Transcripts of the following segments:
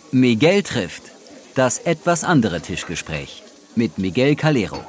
Miguel trifft. Das etwas andere Tischgespräch mit Miguel Calero.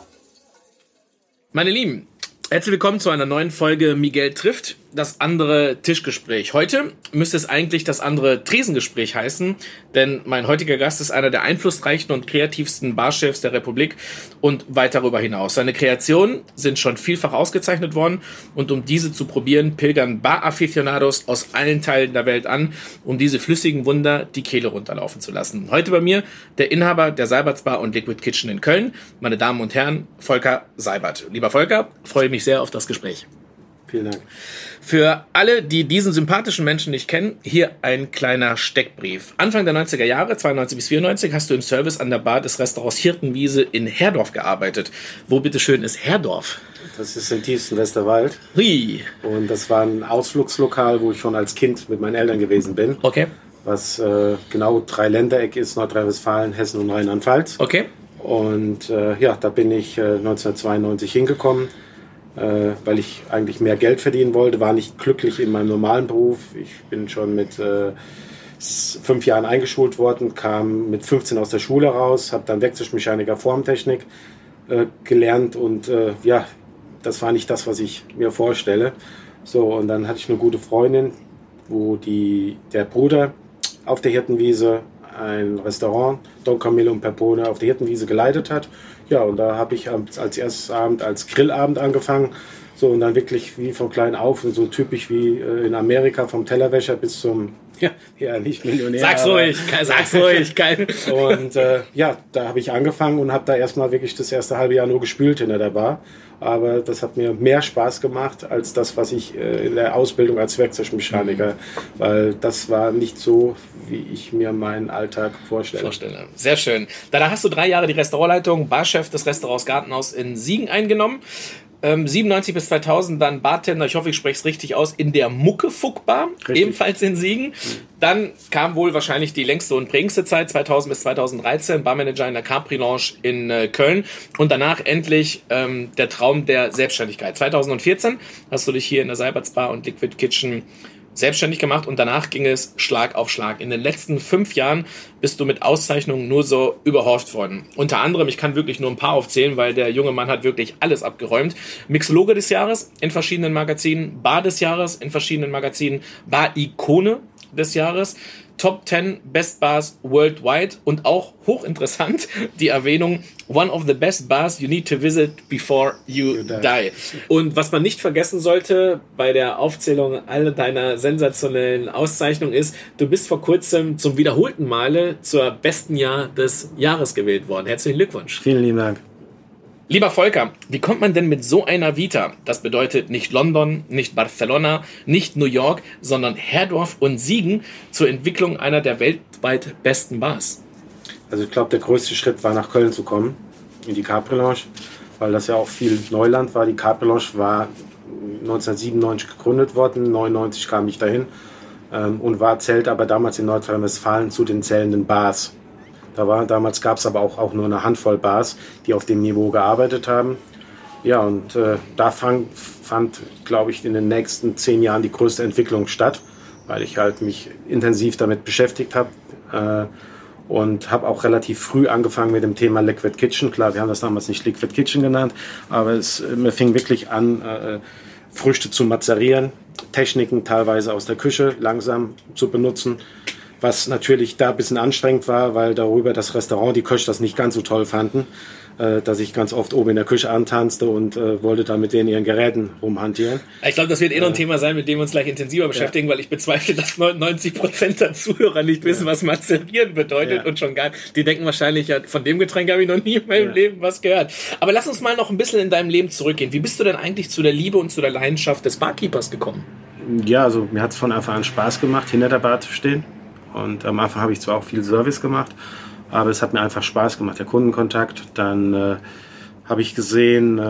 Meine Lieben, herzlich willkommen zu einer neuen Folge Miguel trifft. Das andere Tischgespräch. Heute müsste es eigentlich das andere Tresengespräch heißen, denn mein heutiger Gast ist einer der einflussreichsten und kreativsten Barchefs der Republik und weit darüber hinaus. Seine Kreationen sind schon vielfach ausgezeichnet worden und um diese zu probieren, pilgern Bar-Aficionados aus allen Teilen der Welt an, um diese flüssigen Wunder die Kehle runterlaufen zu lassen. Heute bei mir der Inhaber der Seiberts Bar und Liquid Kitchen in Köln, meine Damen und Herren, Volker Seibert. Lieber Volker, freue mich sehr auf das Gespräch. Vielen Dank. Für alle, die diesen sympathischen Menschen nicht kennen, hier ein kleiner Steckbrief. Anfang der 90er Jahre, 92 bis 94, hast du im Service an der Bar des Restaurants Hirtenwiese in Herdorf gearbeitet. Wo bitteschön ist Herdorf? Das ist im tiefsten Westerwald. Hui. Und das war ein Ausflugslokal, wo ich schon als Kind mit meinen Eltern gewesen bin. Okay. Was genau Dreiländereck ist, Nordrhein-Westfalen, Hessen und Rheinland-Pfalz. Okay. Und da bin ich 1992 hingekommen, weil ich eigentlich mehr Geld verdienen wollte, war nicht glücklich in meinem normalen Beruf. Ich bin schon mit 5 Jahren eingeschult worden, kam mit 15 aus der Schule raus, habe dann Werkzeugmechaniker Formtechnik gelernt und das war nicht das, was ich mir vorstelle. So, und dann hatte ich eine gute Freundin, wo der Bruder auf der Hirtenwiese ein Restaurant, Don Camillo und Peppone, auf der Hirtenwiese geleitet hat. Ja, und da habe ich als erstes Abend als Grillabend angefangen. So, und dann wirklich wie von klein auf und so typisch wie in Amerika vom Tellerwäscher bis zum, nicht Millionär. Sag's ruhig. Und da habe ich angefangen und habe da erstmal wirklich das erste halbe Jahr nur gespült hinter der Bar. Aber das hat mir mehr Spaß gemacht als das, was ich in der Ausbildung als Werkzeugmechaniker, weil das war nicht so, wie ich mir meinen Alltag vorstelle. Sehr schön. Danach hast du 3 Jahre die Restaurantleitung, Barchef des Restaurants Gartenhaus in Siegen eingenommen. 97 bis 2000 dann Bartender, ich hoffe, ich spreche es richtig aus, in der Muckefuck-Bar, ebenfalls in Siegen. Dann kam wohl wahrscheinlich die längste und prägendste Zeit, 2000 bis 2013, Barmanager in der Capri Lounge in Köln. Und danach endlich der Traum der Selbstständigkeit. 2014 hast du dich hier in der Seiberts Bar und Liquid Kitchen selbstständig gemacht und danach ging es Schlag auf Schlag. In den letzten 5 Jahren bist du mit Auszeichnungen nur so überhäuft worden. Unter anderem, ich kann wirklich nur ein paar aufzählen, weil der junge Mann hat wirklich alles abgeräumt. Mixologe des Jahres in verschiedenen Magazinen, Bar des Jahres in verschiedenen Magazinen, Bar-Ikone des Jahres, Top 10 Best Bars Worldwide und auch hochinteressant die Erwähnung One of the best bars you need to visit before you die. Und was man nicht vergessen sollte bei der Aufzählung all deiner sensationellen Auszeichnungen ist, du bist vor kurzem zum wiederholten Male zur besten Jahr des Jahres gewählt worden. Herzlichen Glückwunsch. Vielen lieben Dank. Lieber Volker, wie kommt man denn mit so einer Vita, das bedeutet nicht London, nicht Barcelona, nicht New York, sondern Herdorf und Siegen, zur Entwicklung einer der weltweit besten Bars? Also ich glaube, der größte Schritt war, nach Köln zu kommen, in die Capri Lounge, weil das ja auch viel Neuland war. Die Capri Lounge war 1997 gegründet worden, 1999 kam ich dahin und zählt aber damals in Nordrhein-Westfalen zu den zählenden Bars. Damals gab es aber auch nur eine Handvoll Bars, die auf dem Niveau gearbeitet haben. Ja, und da fand, glaube ich, in den nächsten 10 Jahren die größte Entwicklung statt, weil ich halt mich intensiv damit beschäftigt habe und habe auch relativ früh angefangen mit dem Thema Liquid Kitchen. Klar, wir haben das damals nicht Liquid Kitchen genannt, aber mir fing wirklich an, Früchte zu mazerieren, Techniken teilweise aus der Küche langsam zu benutzen. Was natürlich da ein bisschen anstrengend war, weil darüber das Restaurant, die Köche das nicht ganz so toll fanden, dass ich ganz oft oben in der Küche antanzte und wollte dann mit denen ihren Geräten rumhantieren. Ich glaube, das wird noch ein Thema sein, mit dem wir uns gleich intensiver beschäftigen, weil ich bezweifle, dass 99% der Zuhörer nicht wissen, was Mazerieren bedeutet und schon gar nicht. Die denken wahrscheinlich, ja, von dem Getränk habe ich noch nie in meinem Leben was gehört. Aber lass uns mal noch ein bisschen in deinem Leben zurückgehen. Wie bist du denn eigentlich zu der Liebe und zu der Leidenschaft des Barkeepers gekommen? Ja, also mir hat es von Anfang an Spaß gemacht, hinter der Bar zu stehen. Und am Anfang habe ich zwar auch viel Service gemacht, aber es hat mir einfach Spaß gemacht, der Kundenkontakt. Dann habe ich gesehen,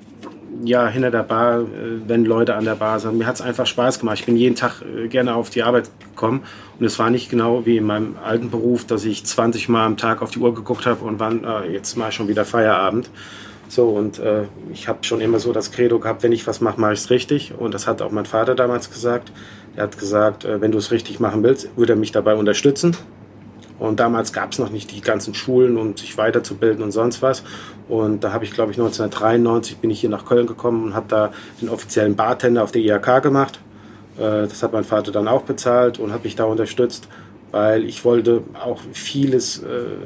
hinter der Bar, wenn Leute an der Bar sind, mir hat es einfach Spaß gemacht. Ich bin jeden Tag gerne auf die Arbeit gekommen und es war nicht genau wie in meinem alten Beruf, dass ich 20 Mal am Tag auf die Uhr geguckt habe und wann, jetzt mal schon wieder Feierabend. So, und ich habe schon immer so das Credo gehabt, wenn ich was mache, mache ich es richtig. Und das hat auch mein Vater damals gesagt. Er hat gesagt, wenn du es richtig machen willst, würde er mich dabei unterstützen. Und damals gab es noch nicht die ganzen Schulen, um sich weiterzubilden und sonst was. Und da habe ich, glaube ich, 1993 bin ich hier nach Köln gekommen und habe da den offiziellen Bartender auf der IHK gemacht. Das hat mein Vater dann auch bezahlt und hat mich da unterstützt, weil ich wollte auch vieles,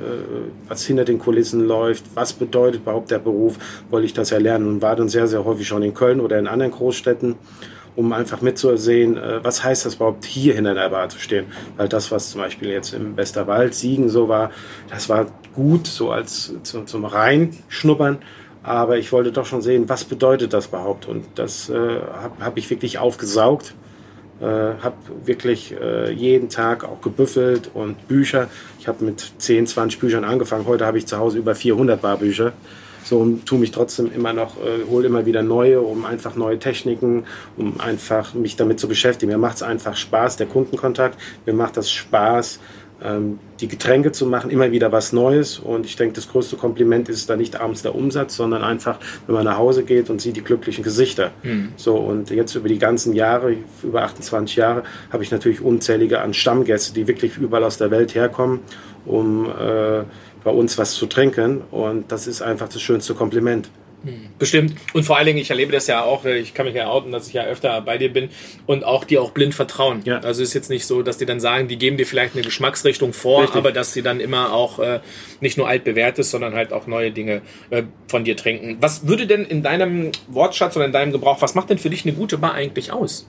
was hinter den Kulissen läuft, was bedeutet überhaupt der Beruf, wollte ich das ja lernen und war dann sehr, sehr häufig schon in Köln oder in anderen Großstädten, um einfach mitzusehen, was heißt das überhaupt, hier hinter der Bar zu stehen. Weil das, was zum Beispiel jetzt im Westerwald, Siegen so war, das war gut, so als zum Reinschnuppern. Aber ich wollte doch schon sehen, was bedeutet das überhaupt. Und das hab ich wirklich aufgesaugt. Habe wirklich jeden Tag auch gebüffelt und Bücher. Ich habe mit 10, 20 Büchern angefangen. Heute habe ich zu Hause über 400 Barbücher. So, und tue mich trotzdem immer noch, hole immer wieder neue, um einfach neue Techniken, um einfach mich damit zu beschäftigen. Mir macht es einfach Spaß, der Kundenkontakt. Mir macht das Spaß, die Getränke zu machen, immer wieder was Neues. Und ich denke, das größte Kompliment ist da nicht abends der Umsatz, sondern einfach, wenn man nach Hause geht und sieht die glücklichen Gesichter. So, und jetzt über die ganzen Jahre, über 28 Jahre, habe ich natürlich unzählige an Stammgäste, die wirklich überall aus der Welt herkommen, um bei uns was zu trinken. Und das ist einfach das schönste Kompliment. Bestimmt. Und vor allen Dingen, ich erlebe das ja auch, ich kann mich ja outen, dass ich ja öfter bei dir bin und auch dir auch blind vertrauen. Ja. Also es ist jetzt nicht so, dass die dann sagen, die geben dir vielleicht eine Geschmacksrichtung vor, richtig, aber dass sie dann immer auch nicht nur altbewährtes, sondern halt auch neue Dinge von dir trinken. Was würde denn in deinem Wortschatz oder in deinem Gebrauch, was macht denn für dich eine gute Bar eigentlich aus?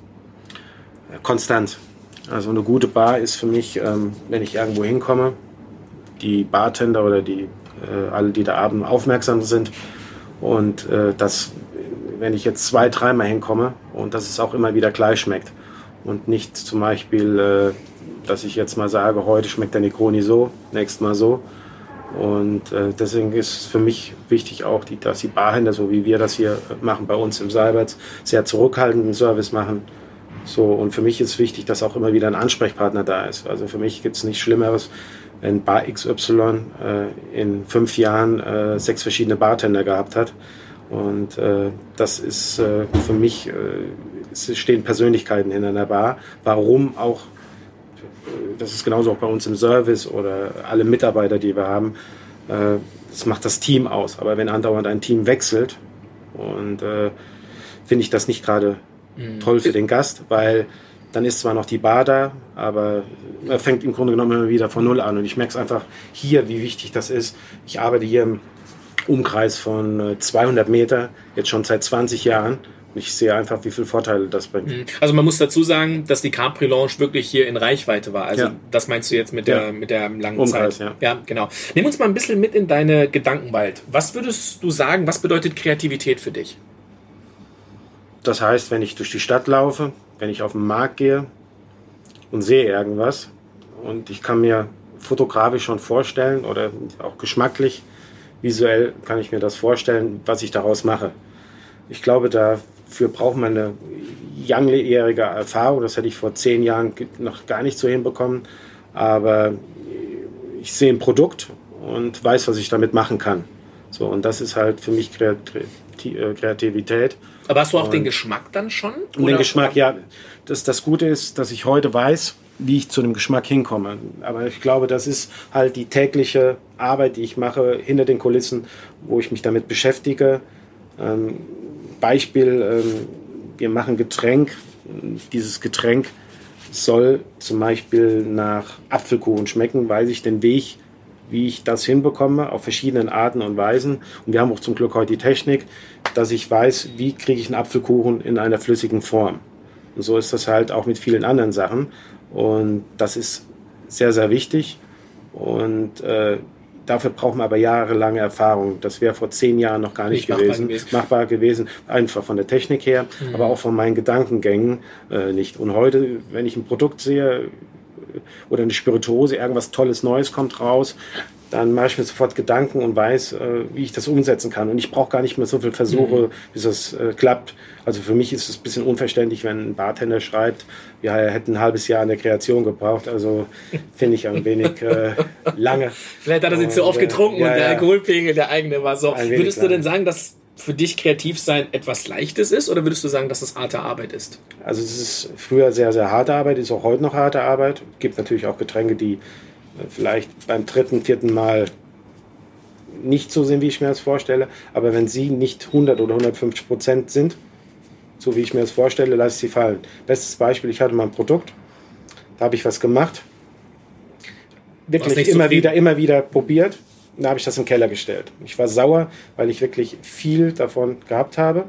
Konstant. Also eine gute Bar ist für mich, wenn ich irgendwo hinkomme, die Bartender oder die alle, die da abends aufmerksam sind, und wenn ich jetzt 2-, 3-mal hinkomme und dass es auch immer wieder gleich schmeckt und nicht zum Beispiel, dass ich jetzt mal sage, heute schmeckt der Negroni so, nächstes Mal so. Und deswegen ist für mich wichtig auch, dass die Barhändler, so wie wir das hier machen bei uns im Seiberts, sehr zurückhaltenden Service machen. So, und für mich ist wichtig, dass auch immer wieder ein Ansprechpartner da ist. Also für mich gibt es nichts Schlimmeres, wenn Bar XY in 5 Jahren 6 verschiedene Bartender gehabt hat. Und das ist für mich, es stehen Persönlichkeiten hinter einer Bar. Warum auch, das ist genauso auch bei uns im Service oder alle Mitarbeiter, die wir haben, das macht das Team aus. Aber wenn andauernd ein Team wechselt, und finde ich das nicht gerade toll für den Gast, weil dann ist zwar noch die Bar da, aber man fängt im Grunde genommen immer wieder von Null an. Und ich merke es einfach hier, wie wichtig das ist. Ich arbeite hier im Umkreis von 200 Meter, jetzt schon seit 20 Jahren. Und ich sehe einfach, wie viele Vorteile das bringt. Also man muss dazu sagen, dass die Capri Lounge wirklich hier in Reichweite war. Also das meinst du jetzt mit der langen Umkreis, Zeit? Ja, genau. Nimm uns mal ein bisschen mit in deine Gedankenwelt. Was würdest du sagen, was bedeutet Kreativität für dich? Das heißt, wenn ich durch die Stadt laufe, wenn ich auf den Markt gehe und sehe irgendwas und ich kann mir fotografisch schon vorstellen oder auch geschmacklich, visuell kann ich mir das vorstellen, was ich daraus mache. Ich glaube, dafür braucht man eine langjährige Erfahrung. Das hätte ich vor 10 Jahren noch gar nicht so hinbekommen. Aber ich sehe ein Produkt und weiß, was ich damit machen kann. So, und das ist halt für mich Kreativität. Aber hast du auch den Geschmack dann schon? Oder? Den Geschmack, ja. Das Gute ist, dass ich heute weiß, wie ich zu dem Geschmack hinkomme. Aber ich glaube, das ist halt die tägliche Arbeit, die ich mache hinter den Kulissen, wo ich mich damit beschäftige. Beispiel, wir machen Getränk. Dieses Getränk soll zum Beispiel nach Apfelkuchen schmecken, weiß ich den Weg, wie ich das hinbekomme, auf verschiedenen Arten und Weisen. Und wir haben auch zum Glück heute die Technik, dass ich weiß, wie kriege ich einen Apfelkuchen in einer flüssigen Form. Und so ist das halt auch mit vielen anderen Sachen. Und das ist sehr, sehr wichtig. Und dafür brauchen wir aber jahrelange Erfahrung. Das wäre vor 10 Jahren noch gar nicht machbar gewesen. Einfach von der Technik her, aber auch von meinen Gedankengängen nicht. Und heute, wenn ich ein Produkt sehe oder eine Spirituose, irgendwas Tolles, Neues kommt raus, dann mache ich mir sofort Gedanken und weiß, wie ich das umsetzen kann. Und ich brauche gar nicht mehr so viel Versuche, bis das klappt. Also für mich ist es ein bisschen unverständlich, wenn ein Bartender schreibt, ja, er hätte ein halbes Jahr an der Kreation gebraucht. Also finde ich ein wenig lange. Vielleicht hat er sie zu oft getrunken und der Alkoholpegel, der eigene war so. Würdest du denn sagen, dass für dich kreativ sein etwas Leichtes ist oder würdest du sagen, dass es harte Arbeit ist? Also es ist früher sehr, sehr harte Arbeit, ist auch heute noch harte Arbeit. Es gibt natürlich auch Getränke, die vielleicht beim 3., 4. Mal nicht so sind, wie ich mir das vorstelle. Aber wenn sie nicht 100 oder 150% sind, so wie ich mir das vorstelle, lasse ich sie fallen. Bestes Beispiel, ich hatte mal ein Produkt, da habe ich was gemacht, wirklich immer wieder probiert, und da habe ich das im Keller gestellt. Ich war sauer, weil ich wirklich viel davon gehabt habe.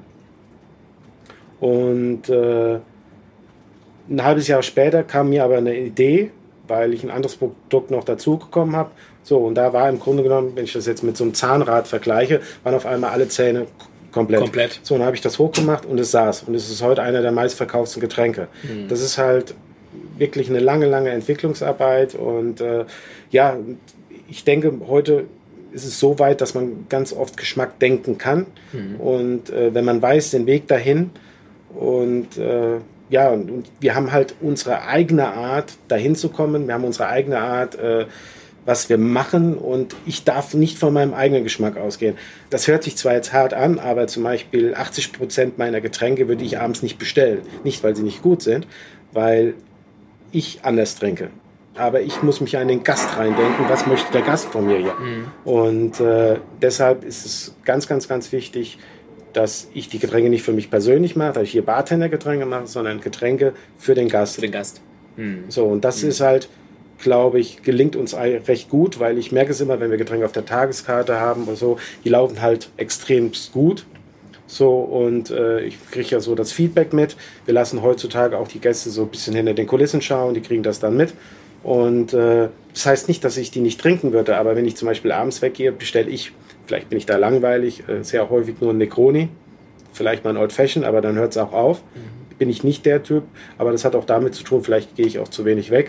Und ein halbes Jahr später kam mir aber eine Idee, weil ich ein anderes Produkt noch dazu bekommen habe. So, und da war im Grunde genommen, wenn ich das jetzt mit so einem Zahnrad vergleiche, waren auf einmal alle Zähne komplett. So, und dann habe ich das hochgemacht und es saß. Und es ist heute einer der meistverkauften Getränke. Das ist halt wirklich eine lange Entwicklungsarbeit. Und ja, ich denke, heute ist es so weit, dass man ganz oft Geschmack denken kann. Und wenn man weiß, den Weg dahin und ja, und wir haben halt unsere eigene Art, dahin zu kommen. Wir haben unsere eigene Art, was wir machen, und ich darf nicht von meinem eigenen Geschmack ausgehen. Das hört sich zwar jetzt hart an, aber zum Beispiel 80% meiner Getränke würde ich abends nicht bestellen. Nicht, weil sie nicht gut sind, weil ich anders trinke. Aber ich muss mich an den Gast reindenken, was möchte der Gast von mir hier? Und deshalb ist es ganz wichtig, dass ich die Getränke nicht für mich persönlich mache, dass ich hier Bartender-Getränke mache, sondern Getränke für den Gast. Für den Gast. So, und das ist halt, glaube ich, gelingt uns recht gut, weil ich merke es immer, wenn wir Getränke auf der Tageskarte haben oder so, die laufen halt extremst gut. So, und ich kriege ja so das Feedback mit. Wir lassen heutzutage auch die Gäste so ein bisschen hinter den Kulissen schauen, die kriegen das dann mit. Und das heißt nicht, dass ich die nicht trinken würde, aber wenn ich zum Beispiel abends weggehe, bestelle ich, vielleicht bin ich da langweilig, sehr häufig nur ein Negroni, vielleicht mal ein Old Fashion, aber dann hört es auch auf. Bin ich nicht der Typ, aber das hat auch damit zu tun, vielleicht gehe ich auch zu wenig weg.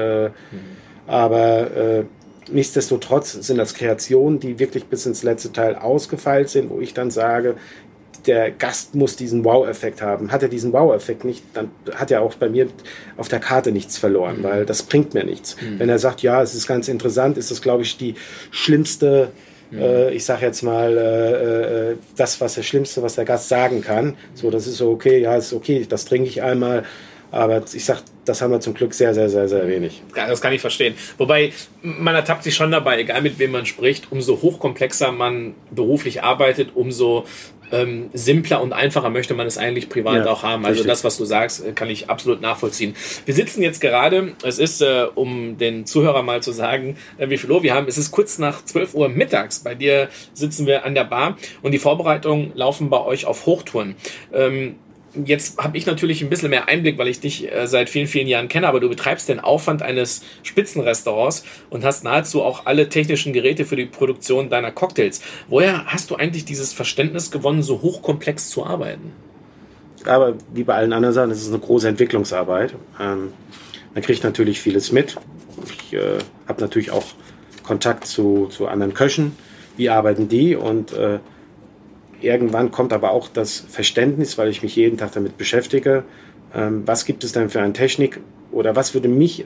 Aber nichtsdestotrotz sind das Kreationen, die wirklich bis ins letzte Teil ausgefeilt sind, wo ich dann sage, der Gast muss diesen Wow-Effekt haben. Hat er diesen Wow-Effekt nicht, dann hat er auch bei mir auf der Karte nichts verloren, weil das bringt mir nichts. Wenn er sagt, ja, es ist ganz interessant, ist das, glaube ich, die schlimmste, ich sage jetzt mal, das Schlimmste, was der Gast sagen kann. So, das ist so okay, ja, ist okay, das trinke ich einmal. Aber ich sag, das haben wir zum Glück sehr wenig. Ja, das kann ich verstehen. Wobei, man ertappt sich schon dabei, egal mit wem man spricht, umso hochkomplexer man beruflich arbeitet, umso simpler und einfacher möchte man es eigentlich privat auch haben. Also richtig. Das, was du sagst, kann ich absolut nachvollziehen. Wir sitzen jetzt gerade, es ist, um den Zuhörer mal zu sagen, wie viel Uhr wir haben, es ist kurz nach 12 Uhr mittags. Bei dir sitzen wir an der Bar und die Vorbereitungen laufen bei euch auf Hochtouren. Jetzt habe ich natürlich ein bisschen mehr Einblick, weil ich dich seit vielen Jahren kenne, aber du betreibst den Aufwand eines Spitzenrestaurants und hast nahezu auch alle technischen Geräte für die Produktion deiner Cocktails. Woher hast du eigentlich dieses Verständnis gewonnen, so hochkomplex zu arbeiten? Aber wie bei allen anderen Sachen, es ist eine große Entwicklungsarbeit. Man kriegt natürlich vieles mit. Ich habe natürlich auch Kontakt zu anderen Köchen. Wie arbeiten die? Und irgendwann kommt aber auch das Verständnis, weil ich mich jeden Tag damit beschäftige, was gibt es denn für eine Technik oder was würde mich,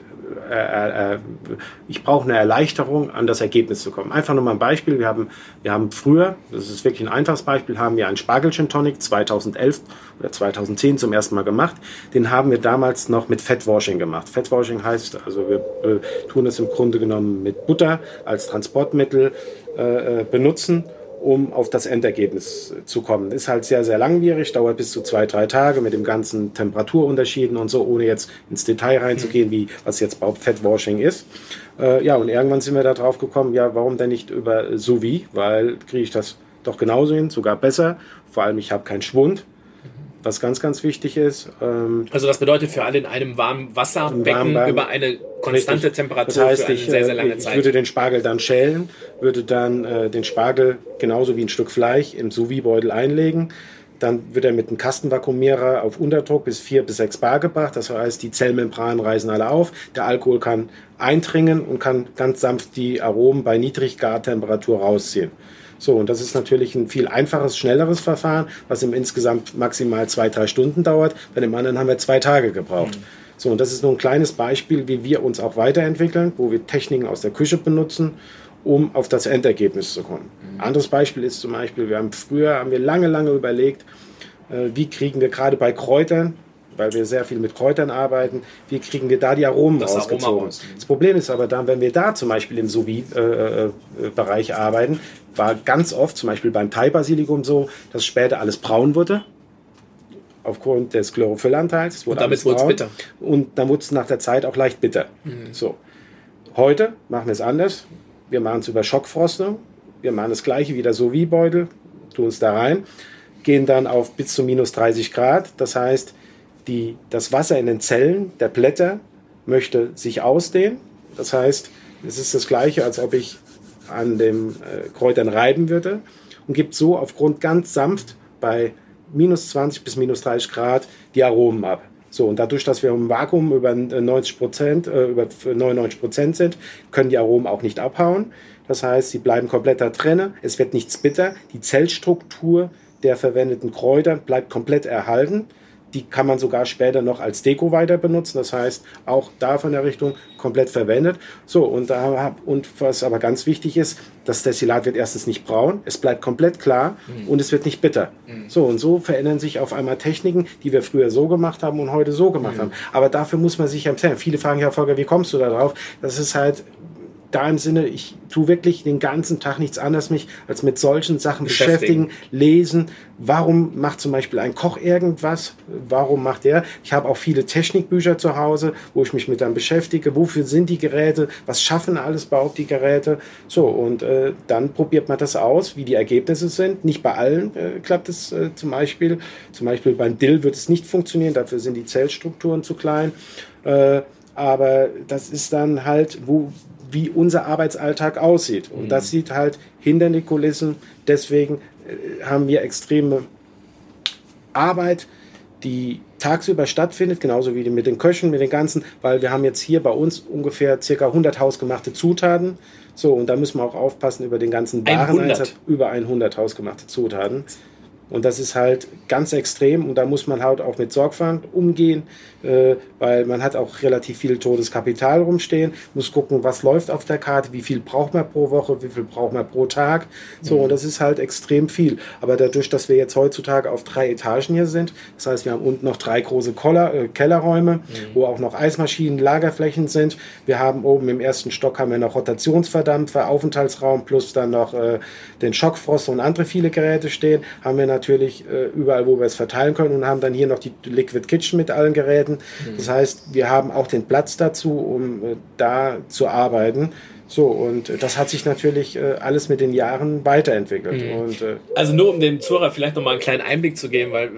ich brauche eine Erleichterung, an das Ergebnis zu kommen. Einfach nur mal ein Beispiel, wir haben früher, das ist wirklich ein einfaches Beispiel, haben wir einen Spargel-Gin Tonic 2011 oder 2010 zum ersten Mal gemacht. Den haben wir damals noch mit Fettwashing gemacht. Fettwashing heißt, also wir tun es im Grunde genommen mit Butter als Transportmittel benutzen, um auf das Endergebnis zu kommen. Ist halt sehr langwierig, dauert bis zu 2-3 Tage mit dem ganzen Temperaturunterschieden und so, ohne jetzt ins Detail reinzugehen, wie was jetzt überhaupt Fettwashing ist. Ja, und irgendwann sind wir da drauf gekommen, ja, warum denn nicht über Sous-Vide, weil kriege ich das doch genauso hin, sogar besser. Vor allem, ich habe keinen Schwund, was ganz wichtig ist. Also das bedeutet für alle in einem warmen Wasserbecken über eine konstante Temperatur, das heißt, für eine sehr lange Zeit. Ich würde den Spargel dann schälen, würde dann den Spargel genauso wie ein Stück Fleisch im Sous-Vide-Beutel einlegen. Dann wird er mit einem Kastenvakuumierer auf Unterdruck bis 4 bis 6 Bar gebracht. Das heißt, die Zellmembranen reißen alle auf. Der Alkohol kann eindringen und kann ganz sanft die Aromen bei Niedriggartemperatur rausziehen. So, und das ist natürlich ein viel einfaches, schnelleres Verfahren, was insgesamt maximal 2-3 Stunden dauert. Bei dem anderen haben wir 2 Tage gebraucht. So, und das ist nur ein kleines Beispiel, wie wir uns auch weiterentwickeln, wo wir Techniken aus der Küche benutzen, um auf das Endergebnis zu kommen. Anderes Beispiel ist zum Beispiel, früher haben wir lange überlegt, wie kriegen wir gerade bei Kräutern weil wir sehr viel mit Kräutern arbeiten, wie kriegen wir da die Aromen rausgezogen. Das Problem ist aber dann, wenn wir da zum Beispiel im Sous-Vide-Bereich arbeiten, war ganz oft, zum Beispiel beim Thai-Basilikum so, dass später alles braun wurde, aufgrund des Chlorophyllanteils. Und damit wurde es bitter. Und dann wurde es nach der Zeit auch leicht bitter. So. Heute machen wir es anders. Wir machen es über Schockfrostung. Wir machen das gleiche wie der Sous-Vide-Beutel, tun es da rein, gehen dann auf bis zu minus 30 Grad. Das heißt, das Wasser in den Zellen der Blätter möchte sich ausdehnen. Das heißt, es ist das Gleiche, als ob ich an den Kräutern reiben würde und gibt so aufgrund ganz sanft bei minus 20 bis minus 30 Grad die Aromen ab. So, und dadurch, dass wir im Vakuum über 99% sind, können die Aromen auch nicht abhauen. Das heißt, sie bleiben komplett da drin. Es wird nichts bitter. Die Zellstruktur der verwendeten Kräuter bleibt komplett erhalten. Die kann man sogar später noch als Deko weiter benutzen. Das heißt, auch da von der Richtung komplett verwendet. So, und was aber ganz wichtig ist, das Destillat wird erstens nicht braun, es bleibt komplett klar und es wird nicht bitter. So, und so verändern sich auf einmal Techniken, die wir früher so gemacht haben und heute so gemacht haben. Aber dafür muss man sich empfehlen. Viele fragen ja, Volker, wie kommst du da drauf? Das ist halt da im Sinne, ich tue wirklich den ganzen Tag nichts anderes mich, als mit solchen Sachen beschäftigen, lesen. Warum macht zum Beispiel ein Koch irgendwas? Warum macht er? Ich habe auch viele Technikbücher zu Hause, wo ich mich mit dann beschäftige. Wofür sind die Geräte? Was schaffen alles überhaupt die Geräte? So, und dann probiert man das aus, wie die Ergebnisse sind. Nicht bei allen klappt es zum Beispiel. Zum Beispiel beim Dill wird es nicht funktionieren, dafür sind die Zellstrukturen zu klein. Aber das ist dann halt, wie unser Arbeitsalltag aussieht. Und das sieht halt hinter den Kulissen. Deswegen haben wir extreme Arbeit, die tagsüber stattfindet, genauso wie mit den Köchen, mit den ganzen, weil wir haben jetzt hier bei uns ungefähr ca. 100 hausgemachte Zutaten. So, und da müssen wir auch aufpassen über den ganzen Wareneinsatz. Über 100 hausgemachte Zutaten. Und das ist halt ganz extrem und da muss man halt auch mit Sorgfalt umgehen, weil man hat auch relativ viel totes Kapital rumstehen, muss gucken, was läuft auf der Karte, wie viel braucht man pro Woche, wie viel braucht man pro Tag. So, und das ist halt extrem viel. Aber dadurch, dass wir jetzt heutzutage auf 3 Etagen hier sind, das heißt, wir haben unten noch 3 große Kellerräume, wo auch noch Eismaschinen, Lagerflächen sind. Wir haben oben im ersten Stock haben wir noch Rotationsverdampfer, Aufenthaltsraum plus dann noch den Schockfrost und andere viele Geräte stehen. Haben wir natürlich überall, wo wir es verteilen können und haben dann hier noch die Liquid Kitchen mit allen Geräten. Das heißt, wir haben auch den Platz dazu, um da zu arbeiten. So, und das hat sich natürlich alles mit den Jahren weiterentwickelt. Und, also nur um dem Zuhörer vielleicht nochmal einen kleinen Einblick zu geben, weil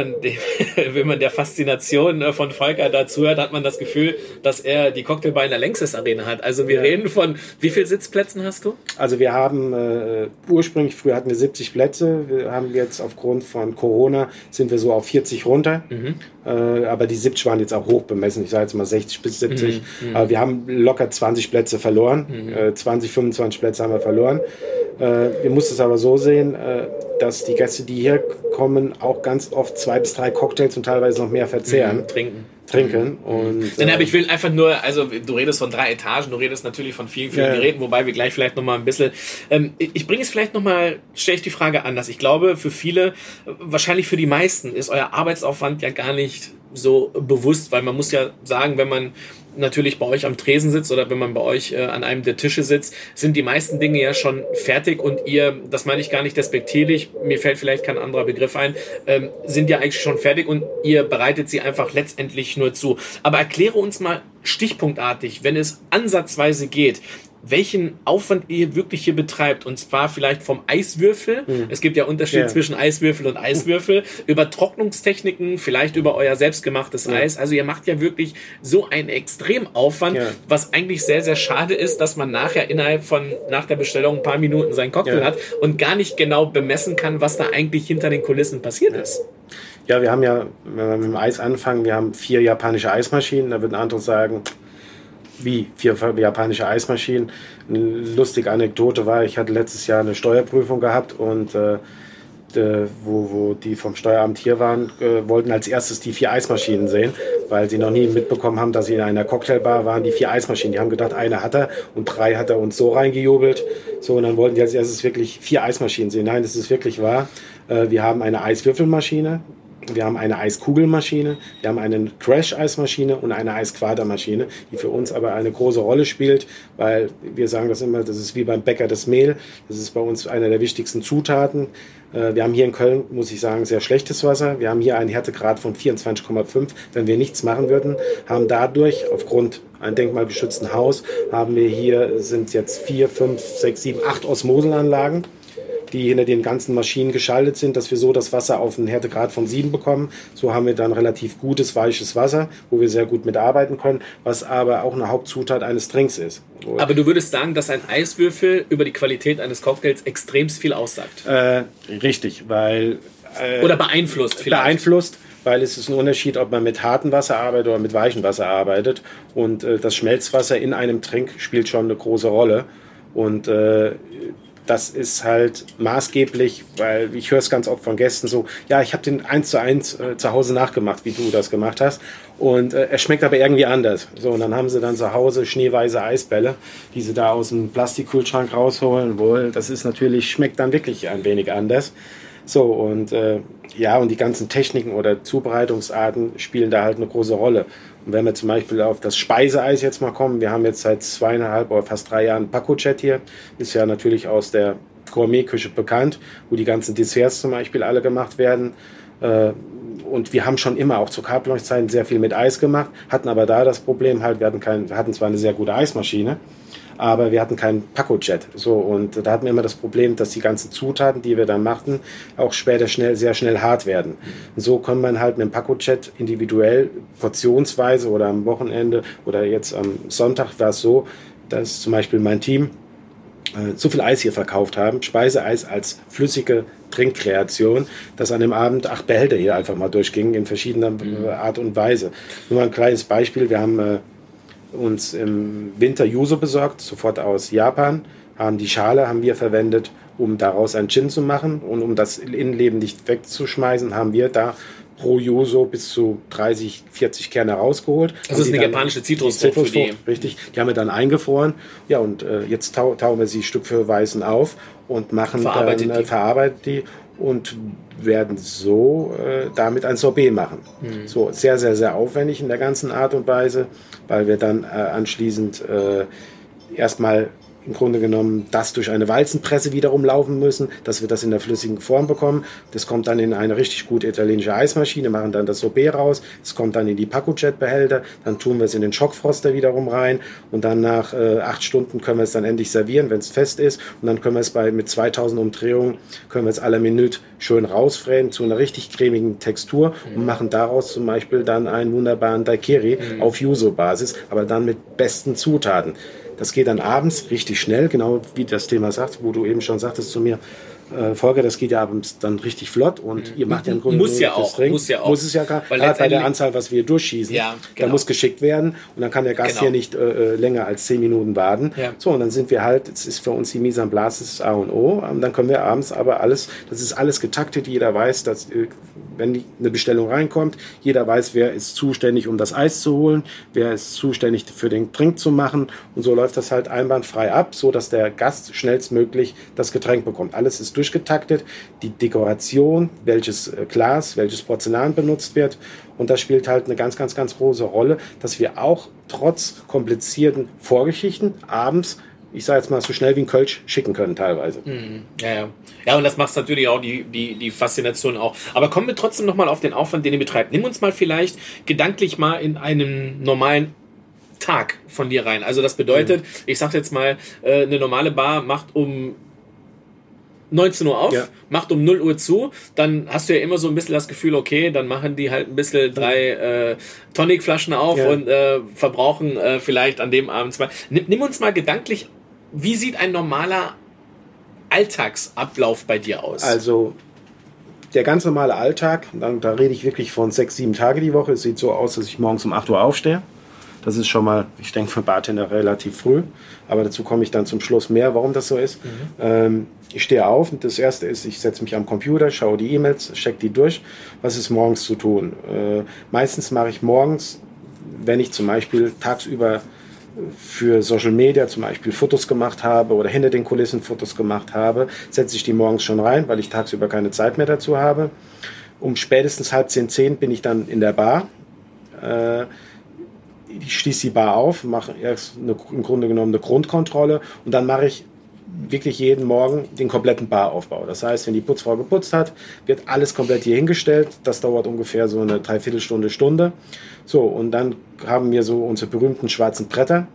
wenn man der Faszination von Volker dazu hört, hat man das Gefühl, dass er die Cocktailbar in der Lanxess Arena hat. Also wir reden von, wie viele Sitzplätzen hast du? Also wir haben ursprünglich, früher hatten wir 70 Plätze, wir haben jetzt aufgrund von Corona sind wir so auf 40 runter. Aber die 70 waren jetzt auch hoch bemessen, ich sage jetzt mal 60 bis 70. Aber wir haben locker 20 Plätze verloren. 20, 25 Plätze haben wir verloren. Wir müssen es aber so sehen, dass die Gäste, die hier kommen, auch ganz oft 2 bis 3 Cocktails und teilweise noch mehr verzehren. Trinken. Und, Nein, aber ich will einfach nur, also du redest von 3 Etagen, du redest natürlich von vielen Geräten, wobei wir gleich vielleicht nochmal ein bisschen, ich bringe es vielleicht nochmal, stelle ich die Frage anders. Ich glaube, für viele, wahrscheinlich für die meisten, ist euer Arbeitsaufwand ja gar nicht so bewusst, weil man muss ja sagen, wenn man natürlich bei euch am Tresen sitzt oder wenn man bei euch an einem der Tische sitzt, sind die meisten Dinge ja schon fertig und ihr, das meine ich gar nicht despektierlich, mir fällt vielleicht kein anderer Begriff ein, sind ja eigentlich schon fertig und ihr bereitet sie einfach letztendlich nur zu. Aber erkläre uns mal stichpunktartig, wenn es ansatzweise geht, welchen Aufwand ihr wirklich hier betreibt. Und zwar vielleicht vom Eiswürfel. Es gibt ja Unterschied zwischen Eiswürfel und Eiswürfel. Über Trocknungstechniken, vielleicht über euer selbstgemachtes Eis. Also ihr macht ja wirklich so einen Extremaufwand, was eigentlich sehr, sehr schade ist, dass man nachher nach der Bestellung ein paar Minuten seinen Cocktail hat und gar nicht genau bemessen kann, was da eigentlich hinter den Kulissen passiert ist. Ja, wir haben ja, wenn wir mit dem Eis anfangen, wir haben 4 japanische Eismaschinen. Da würden andere sagen, wie 4 japanische Eismaschinen. Eine lustige Anekdote war, ich hatte letztes Jahr eine Steuerprüfung gehabt und wo die vom Steueramt hier waren, wollten als erstes die 4 Eismaschinen sehen, weil sie noch nie mitbekommen haben, dass sie in einer Cocktailbar waren, die 4 Eismaschinen. Die haben gedacht, eine hat er und 3 hat er uns so reingejubelt. So, und dann wollten die als erstes wirklich 4 Eismaschinen sehen. Nein, das ist wirklich wahr. Wir haben eine Eiswürfelmaschine. Wir haben eine Eiskugelmaschine, wir haben eine Crash-Eismaschine und eine Eisquadermaschine, die für uns aber eine große Rolle spielt, weil wir sagen das immer, das ist wie beim Bäcker das Mehl, das ist bei uns eine der wichtigsten Zutaten. Wir haben hier in Köln, muss ich sagen, sehr schlechtes Wasser. Wir haben hier einen Härtegrad von 24,5. Wenn wir nichts machen würden, haben dadurch, aufgrund ein denkmalgeschützten Haus, haben wir hier, sind jetzt 4, 5, 6, 7, 8 Osmoselanlagen, die hinter den ganzen Maschinen geschaltet sind, dass wir so das Wasser auf einen Härtegrad von 7 bekommen. So haben wir dann relativ gutes, weiches Wasser, wo wir sehr gut mitarbeiten können, was aber auch eine Hauptzutat eines Drinks ist. Aber du würdest sagen, dass ein Eiswürfel über die Qualität eines Cocktails extrem viel aussagt? Richtig, weil... oder beeinflusst vielleicht? Beeinflusst, weil es ist ein Unterschied, ob man mit hartem Wasser arbeitet oder mit weichem Wasser arbeitet. Und das Schmelzwasser in einem Trink spielt schon eine große Rolle. Und das ist halt maßgeblich, weil ich höre es ganz oft von Gästen so, ja, ich habe den 1:1 zu Hause nachgemacht, wie du das gemacht hast. Und er schmeckt aber irgendwie anders. So, und dann haben sie dann zu Hause schneeweiße Eisbälle, die sie da aus dem Plastikkühlschrank rausholen. Wohl, das ist natürlich, schmeckt dann wirklich ein wenig anders. So, und und die ganzen Techniken oder Zubereitungsarten spielen da halt eine große Rolle. Und wenn wir zum Beispiel auf das Speiseeis jetzt mal kommen, wir haben jetzt seit 2,5 oder fast 3 Jahren Paco-Jet hier, ist ja natürlich aus der Gourmetküche bekannt, wo die ganzen Desserts zum Beispiel alle gemacht werden. Und wir haben schon immer auch zu Carte Blanche Zeiten sehr viel mit Eis gemacht, hatten aber da das Problem halt, wir hatten zwar eine sehr gute Eismaschine, aber wir hatten keinen Paco-Jet. So, und da hatten wir immer das Problem, dass die ganzen Zutaten, die wir dann machten, auch später sehr schnell hart werden. Und so kann man halt mit dem Paco-Jet individuell, portionsweise oder am Wochenende oder jetzt am Sonntag war es so, dass zum Beispiel mein Team so viel Eis hier verkauft haben, Speiseeis als flüssige Trinkkreation, dass an dem Abend 8 Behälter hier einfach mal durchgingen in verschiedener Art und Weise. Nur mal ein kleines Beispiel, wir haben uns im Winter Yuzu besorgt, sofort aus Japan, haben die Schale haben wir verwendet, um daraus ein Gin zu machen, und um das Innenleben nicht wegzuschmeißen, haben wir da pro Yuzu bis zu 30, 40 Kerne rausgeholt. Das ist eine japanische Zitrusfrucht. Richtig, die haben wir dann eingefroren. Ja, und jetzt tauen wir sie stückweise auf und verarbeiten die und werden so damit ein Sorbet machen. So sehr, sehr, sehr aufwendig in der ganzen Art und Weise, weil wir dann anschließend erstmal im Grunde genommen das durch eine Walzenpresse wiederum laufen müssen, dass wir das in der flüssigen Form bekommen. Das kommt dann in eine richtig gute italienische Eismaschine, machen dann das Sorbet raus, es kommt dann in die Paco-Jet-Behälter, dann tun wir es in den Schockfroster wiederum rein und dann nach 8 Stunden können wir es dann endlich servieren, wenn es fest ist, und dann können wir es mit 2000 Umdrehungen, können wir es à la Minute schön rausfräsen zu einer richtig cremigen Textur und machen daraus zum Beispiel dann einen wunderbaren Daiquiri auf Yuzu-Basis, aber dann mit besten Zutaten. Das geht dann abends richtig schnell, genau wie das Thema sagt, wo du eben schon sagtest zu mir, Volker, das geht ja abends dann richtig flott und ihr macht ja im Grunde muss es ja gerade bei der Anzahl, was wir durchschießen. Ja, genau. Da muss geschickt werden und dann kann der Gast hier nicht länger als 10 Minuten warten. Ja. So, und dann sind wir halt, es ist für uns die Mise en place, das A und O. Dann können wir abends aber das ist alles getaktet, jeder weiß, dass wenn eine Bestellung reinkommt, jeder weiß, wer ist zuständig, um das Eis zu holen, wer ist zuständig für den Drink zu machen, und so läuft das halt einwandfrei ab, so dass der Gast schnellstmöglich das Getränk bekommt. Alles ist durchgetaktet, die Dekoration, welches Glas, welches Porzellan benutzt wird, und das spielt halt eine ganz, ganz, ganz große Rolle, dass wir auch trotz komplizierten Vorgeschichten abends, ich sage jetzt mal, so schnell wie ein Kölsch schicken können teilweise. Ja, und das macht natürlich auch die Faszination auch. Aber kommen wir trotzdem nochmal auf den Aufwand, den ihr betreibt. Nimm uns mal vielleicht gedanklich mal in einen normalen Tag von dir rein. Also das bedeutet, ich sag jetzt mal, eine normale Bar macht um 19 Uhr auf, macht um 0 Uhr zu, dann hast du ja immer so ein bisschen das Gefühl, okay, dann machen die halt ein bisschen 3 Tonicflaschen auf und verbrauchen vielleicht an dem Abend 2. Nimm uns mal gedanklich, wie sieht ein normaler Alltagsablauf bei dir aus? Also der ganz normale Alltag, da rede ich wirklich von 6, 7 Tage die Woche. Es sieht so aus, dass ich morgens um 8 Uhr aufstehe. Das ist schon mal, ich denke, für Bartender relativ früh. Aber dazu komme ich dann zum Schluss mehr, warum das so ist. Ich stehe auf und das Erste ist, ich setze mich am Computer, schaue die E-Mails, checke die durch. Was ist morgens zu tun? Meistens mache ich morgens, wenn ich zum Beispiel tagsüber für Social Media zum Beispiel Fotos gemacht habe oder hinter den Kulissen Fotos gemacht habe, setze ich die morgens schon rein, weil ich tagsüber keine Zeit mehr dazu habe. um spätestens 9:30 bin ich dann in der Bar. Ich schließe die Bar auf, mache erst im Grunde genommen eine Grundkontrolle und dann mache ich wirklich jeden Morgen den kompletten Baraufbau. Das heißt, wenn die Putzfrau geputzt hat, wird alles komplett hier hingestellt. Das dauert ungefähr so eine Dreiviertelstunde. So, und dann haben wir so unsere berühmten schwarzen Bretter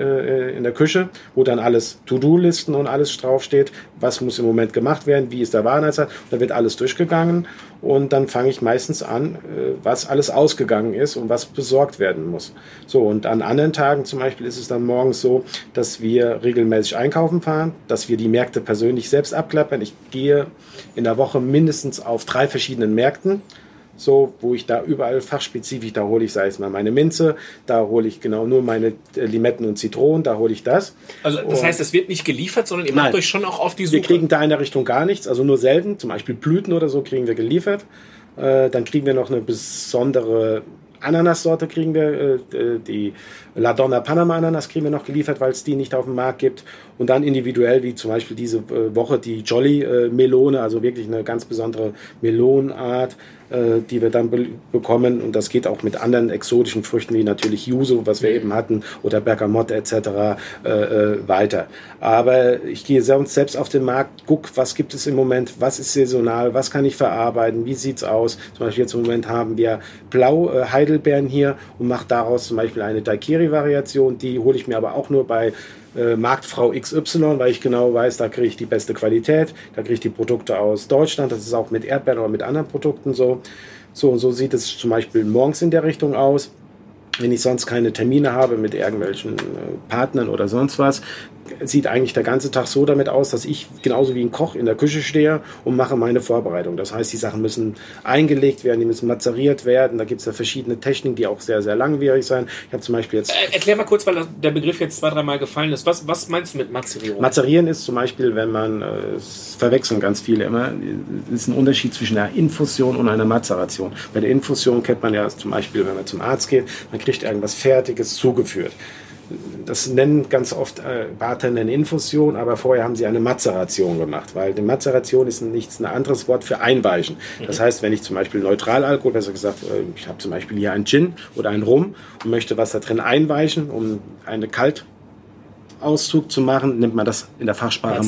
in der Küche, wo dann alles To-Do-Listen und alles draufsteht, was muss im Moment gemacht werden, wie ist der Wareneinsatz, da wird alles durchgegangen und dann fange ich meistens an, was alles ausgegangen ist und was besorgt werden muss. So, und an anderen Tagen zum Beispiel ist es dann morgens so, dass wir regelmäßig einkaufen fahren, dass wir die Märkte persönlich selbst abklappern. Ich gehe in der Woche mindestens auf 3 verschiedenen Märkten, so, wo ich da überall fachspezifisch, da hole ich, sei es mal meine Minze, da hole ich genau nur meine Limetten und Zitronen, da hole ich das. Also das heißt, es wird nicht geliefert, sondern ihr macht euch schon auch auf die Suche? Wir kriegen da in der Richtung gar nichts, also nur selten, zum Beispiel Blüten oder so kriegen wir geliefert. Dann kriegen wir noch eine besondere Ananassorte, kriegen wir, die La Donna Panama Ananas kriegen wir noch geliefert, weil es die nicht auf dem Markt gibt. Und dann individuell, wie zum Beispiel diese Woche die Jolly Melone, also wirklich eine ganz besondere Melonenart, die wir dann bekommen. Und das geht auch mit anderen exotischen Früchten, wie natürlich Yuzu, was wir eben hatten, oder Bergamotte etc. Weiter. Aber ich gehe sonst selbst auf den Markt, gucke, was gibt es im Moment, was ist saisonal, was kann ich verarbeiten, wie sieht's aus. Zum Beispiel jetzt im Moment haben wir Blau-Heidelbeeren hier und mache daraus zum Beispiel eine Daiquiri-Variation. Die hole ich mir aber auch nur bei Marktfrau XY, weil ich genau weiß, da kriege ich die beste Qualität, da kriege ich die Produkte aus Deutschland, das ist auch mit Erdbeeren oder mit anderen Produkten so. So sieht es zum Beispiel morgens in der Richtung aus. Wenn ich sonst keine Termine habe mit irgendwelchen Partnern oder sonst was, sieht eigentlich der ganze Tag so damit aus, dass ich genauso wie ein Koch in der Küche stehe und mache meine Vorbereitung. Das heißt, die Sachen müssen eingelegt werden, die müssen mazeriert werden. Da gibt es ja verschiedene Techniken, die auch sehr, sehr langwierig sein. Ich habe zum Beispiel jetzt... Erklär mal kurz, weil der Begriff jetzt 2-3 Mal gefallen ist. Was meinst du mit Mazerierung? Mazerieren ist zum Beispiel, wenn man, es verwechseln ganz viele immer, ist ein Unterschied zwischen einer Infusion und einer Mazeration. Bei der Infusion kennt man ja zum Beispiel, wenn man zum Arzt geht, man kriegt irgendwas Fertiges zugeführt. Das nennen ganz oft Bartender eine Infusion, aber vorher haben sie eine Mazeration gemacht, weil die Mazeration ist ein anderes Wort für Einweichen. Das heißt, wenn ich zum Beispiel Neutralalkohol, besser gesagt, ich habe zum Beispiel hier einen Gin oder einen Rum und möchte was da drin einweichen, um eine Kaltauszug zu machen, nennt man das in der Fachsprache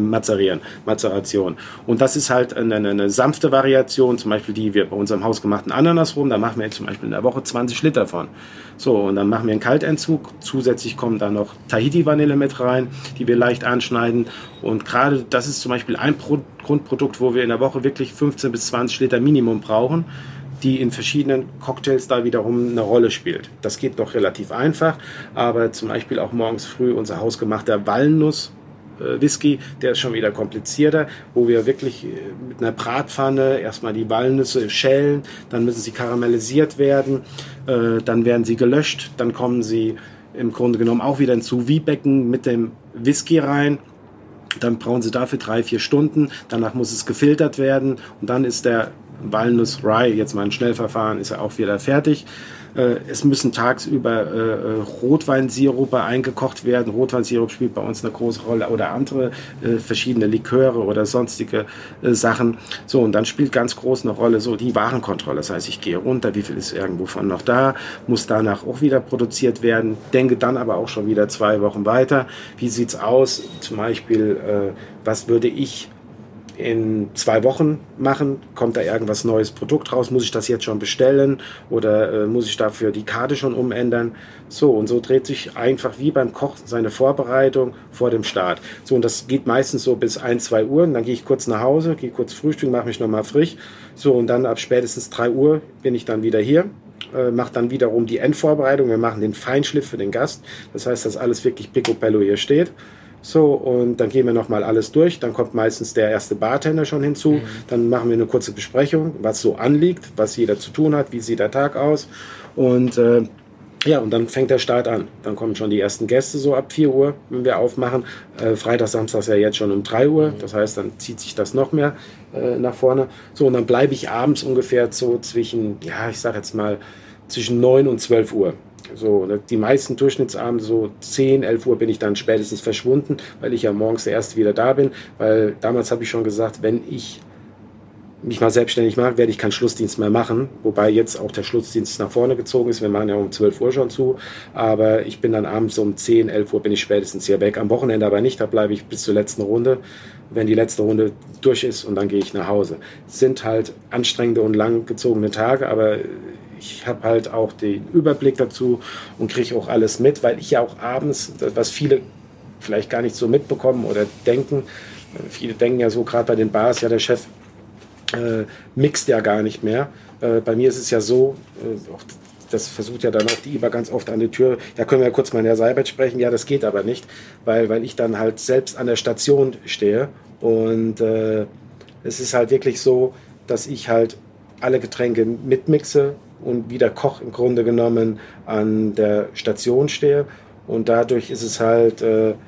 Mazeration. Und das ist halt eine sanfte Variation, zum Beispiel die wir bei unserem hausgemachten Ananasrum, da machen wir zum Beispiel in der Woche 20 Liter von. So, und dann machen wir einen Kaltentzug. Zusätzlich kommen da noch Tahiti-Vanille mit rein, die wir leicht anschneiden. Und gerade das ist zum Beispiel ein Grundprodukt, wo wir in der Woche wirklich 15 bis 20 Liter Minimum brauchen, die in verschiedenen Cocktails da wiederum eine Rolle spielt. Das geht doch relativ einfach, aber zum Beispiel auch morgens früh unser hausgemachter Walnuss Whisky, der ist schon wieder komplizierter, wo wir wirklich mit einer Bratpfanne erstmal die Walnüsse schälen, dann müssen sie karamellisiert werden, dann werden sie gelöscht, dann kommen sie im Grunde genommen auch wieder ins Sous-Vide-Becken mit dem Whisky rein. Dann brauchen sie dafür 3-4 Stunden, danach muss es gefiltert werden und dann ist der Walnuss Rye, jetzt mal ein Schnellverfahren, ist er auch wieder fertig. Es müssen tagsüber Rotweinsirupe eingekocht werden. Rotweinsirup spielt bei uns eine große Rolle oder andere verschiedene Liköre oder sonstige Sachen. So, und dann spielt ganz groß eine Rolle so die Warenkontrolle. Das heißt, ich gehe runter, wie viel ist irgendwo von noch da, muss danach auch wieder produziert werden, denke dann aber auch schon wieder 2 Wochen weiter. Wie sieht's aus? Zum Beispiel, was würde ich in 2 Wochen machen? Kommt da irgendwas neues Produkt raus? Muss ich das jetzt schon bestellen oder muss ich dafür die Karte schon umändern? So, und so dreht sich einfach wie beim Koch seine Vorbereitung vor dem Start. So, und das geht meistens so bis 1-2 Uhr. Und dann gehe ich kurz nach Hause, gehe kurz frühstücken, mache mich nochmal frisch. So, und dann ab spätestens 3 Uhr bin ich dann wieder hier. Macht dann wiederum die Endvorbereitung. Wir machen den Feinschliff für den Gast. Das heißt, dass alles wirklich picobello hier steht. So, und dann gehen wir nochmal alles durch. Dann kommt meistens der erste Bartender schon hinzu. Dann machen wir eine kurze Besprechung, was so anliegt, was jeder zu tun hat, wie sieht der Tag aus. Und ja, und dann fängt der Start an. Dann kommen schon die ersten Gäste so ab 4 Uhr, wenn wir aufmachen. Freitag, Samstag ja jetzt schon um 3 Uhr. Das heißt, dann zieht sich das noch mehr nach vorne. So, und dann bleibe ich abends ungefähr so zwischen, ja, ich sag jetzt mal, zwischen 9 und 12 Uhr. So, die meisten Durchschnittsabende, so 10, 11 Uhr bin ich dann spätestens verschwunden, weil ich ja morgens der Erste wieder da bin. Weil damals habe ich schon gesagt, wenn ich mich mal selbstständig mache, werde ich keinen Schlussdienst mehr machen, wobei jetzt auch der Schlussdienst nach vorne gezogen ist. Wir machen ja um 12 Uhr schon zu, aber ich bin dann abends um 10, 11 Uhr bin ich spätestens hier weg. Am Wochenende aber nicht, da bleibe ich bis zur letzten Runde, wenn die letzte Runde durch ist und dann gehe ich nach Hause. Es sind halt anstrengende und lang gezogene Tage, aber ich habe halt auch den Überblick dazu und kriege auch alles mit, weil ich ja auch abends, was viele vielleicht gar nicht so mitbekommen oder denken, viele denken ja so, gerade bei den Bars, ja der Chef mixt ja gar nicht mehr. Bei mir ist es ja so, das versucht ja dann auch die IBA ganz oft an die Tür, ja können wir ja kurz mal in der Seibert sprechen, ja das geht aber nicht, weil ich dann halt selbst an der Station stehe und es ist halt wirklich so, dass ich halt alle Getränke mitmixe und wie der Koch im Grunde genommen an der Station stehe und dadurch ist es halt,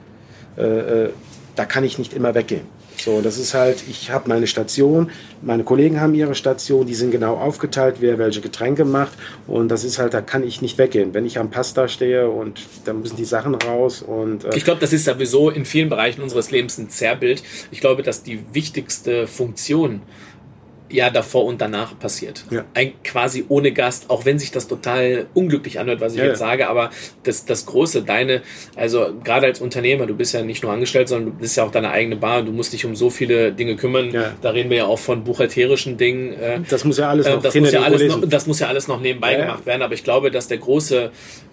da kann ich nicht immer weggehen. So, das ist halt, ich habe meine Station, meine Kollegen haben ihre Station, die sind genau aufgeteilt, wer welche Getränke macht und das ist halt, da kann ich nicht weggehen. Wenn ich am Pasta stehe und dann müssen die Sachen raus und... Ich glaube, das ist sowieso in vielen Bereichen unseres Lebens ein Zerrbild. Ich glaube, dass die wichtigste Funktion ja davor und danach passiert. Ja. Quasi ohne Gast, auch wenn sich das total unglücklich anhört, was ich jetzt sage, aber das Große, also gerade als Unternehmer, du bist ja nicht nur angestellt, sondern du bist ja auch deine eigene Bar, du musst dich um so viele Dinge kümmern, da reden wir ja auch von buchhalterischen Dingen. Das muss ja alles noch das muss ja alles noch nebenbei gemacht werden, aber ich glaube, dass der große,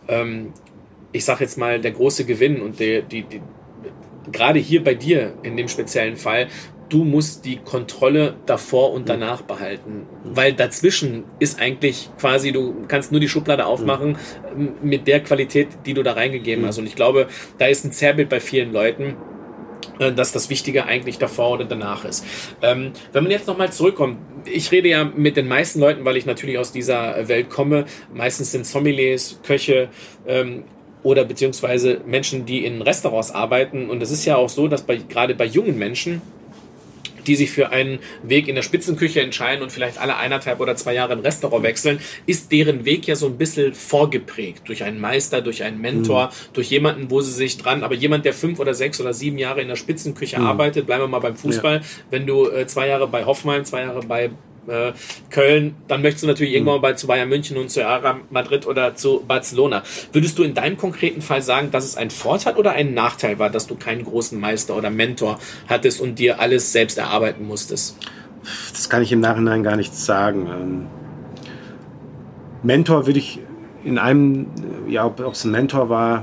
ich sag jetzt mal, der große Gewinn und gerade hier bei dir in dem speziellen Fall, du musst die Kontrolle davor und danach behalten. Weil dazwischen ist eigentlich quasi, du kannst nur die Schublade aufmachen mit der Qualität, die du da reingegeben hast. Und ich glaube, da ist ein Zerrbild bei vielen Leuten, dass das Wichtige eigentlich davor oder danach ist. Wenn man jetzt nochmal zurückkommt, ich rede ja mit den meisten Leuten, weil ich natürlich aus dieser Welt komme. Meistens sind Sommeliers, Köche, oder beziehungsweise Menschen, die in Restaurants arbeiten. Und es ist ja auch so, dass gerade bei jungen Menschen, die sich für einen Weg in der Spitzenküche entscheiden und vielleicht alle 1,5 oder 2 Jahre ein Restaurant wechseln, ist deren Weg ja so ein bisschen vorgeprägt. Durch einen Meister, durch einen Mentor, durch jemanden, wo sie sich aber jemand, der 5 oder 6 oder 7 Jahre in der Spitzenküche arbeitet, bleiben wir mal beim Fußball, wenn du 2 Jahre bei Hoffenheim, 2 Jahre bei Köln, dann möchtest du natürlich irgendwann mal zu Bayern München und zu Real Madrid oder zu Barcelona. Würdest du in deinem konkreten Fall sagen, dass es ein Vorteil oder ein Nachteil war, dass du keinen großen Meister oder Mentor hattest und dir alles selbst erarbeiten musstest? Das kann ich im Nachhinein gar nicht sagen. Mentor würde ich in einem, ja, ob es ein Mentor war,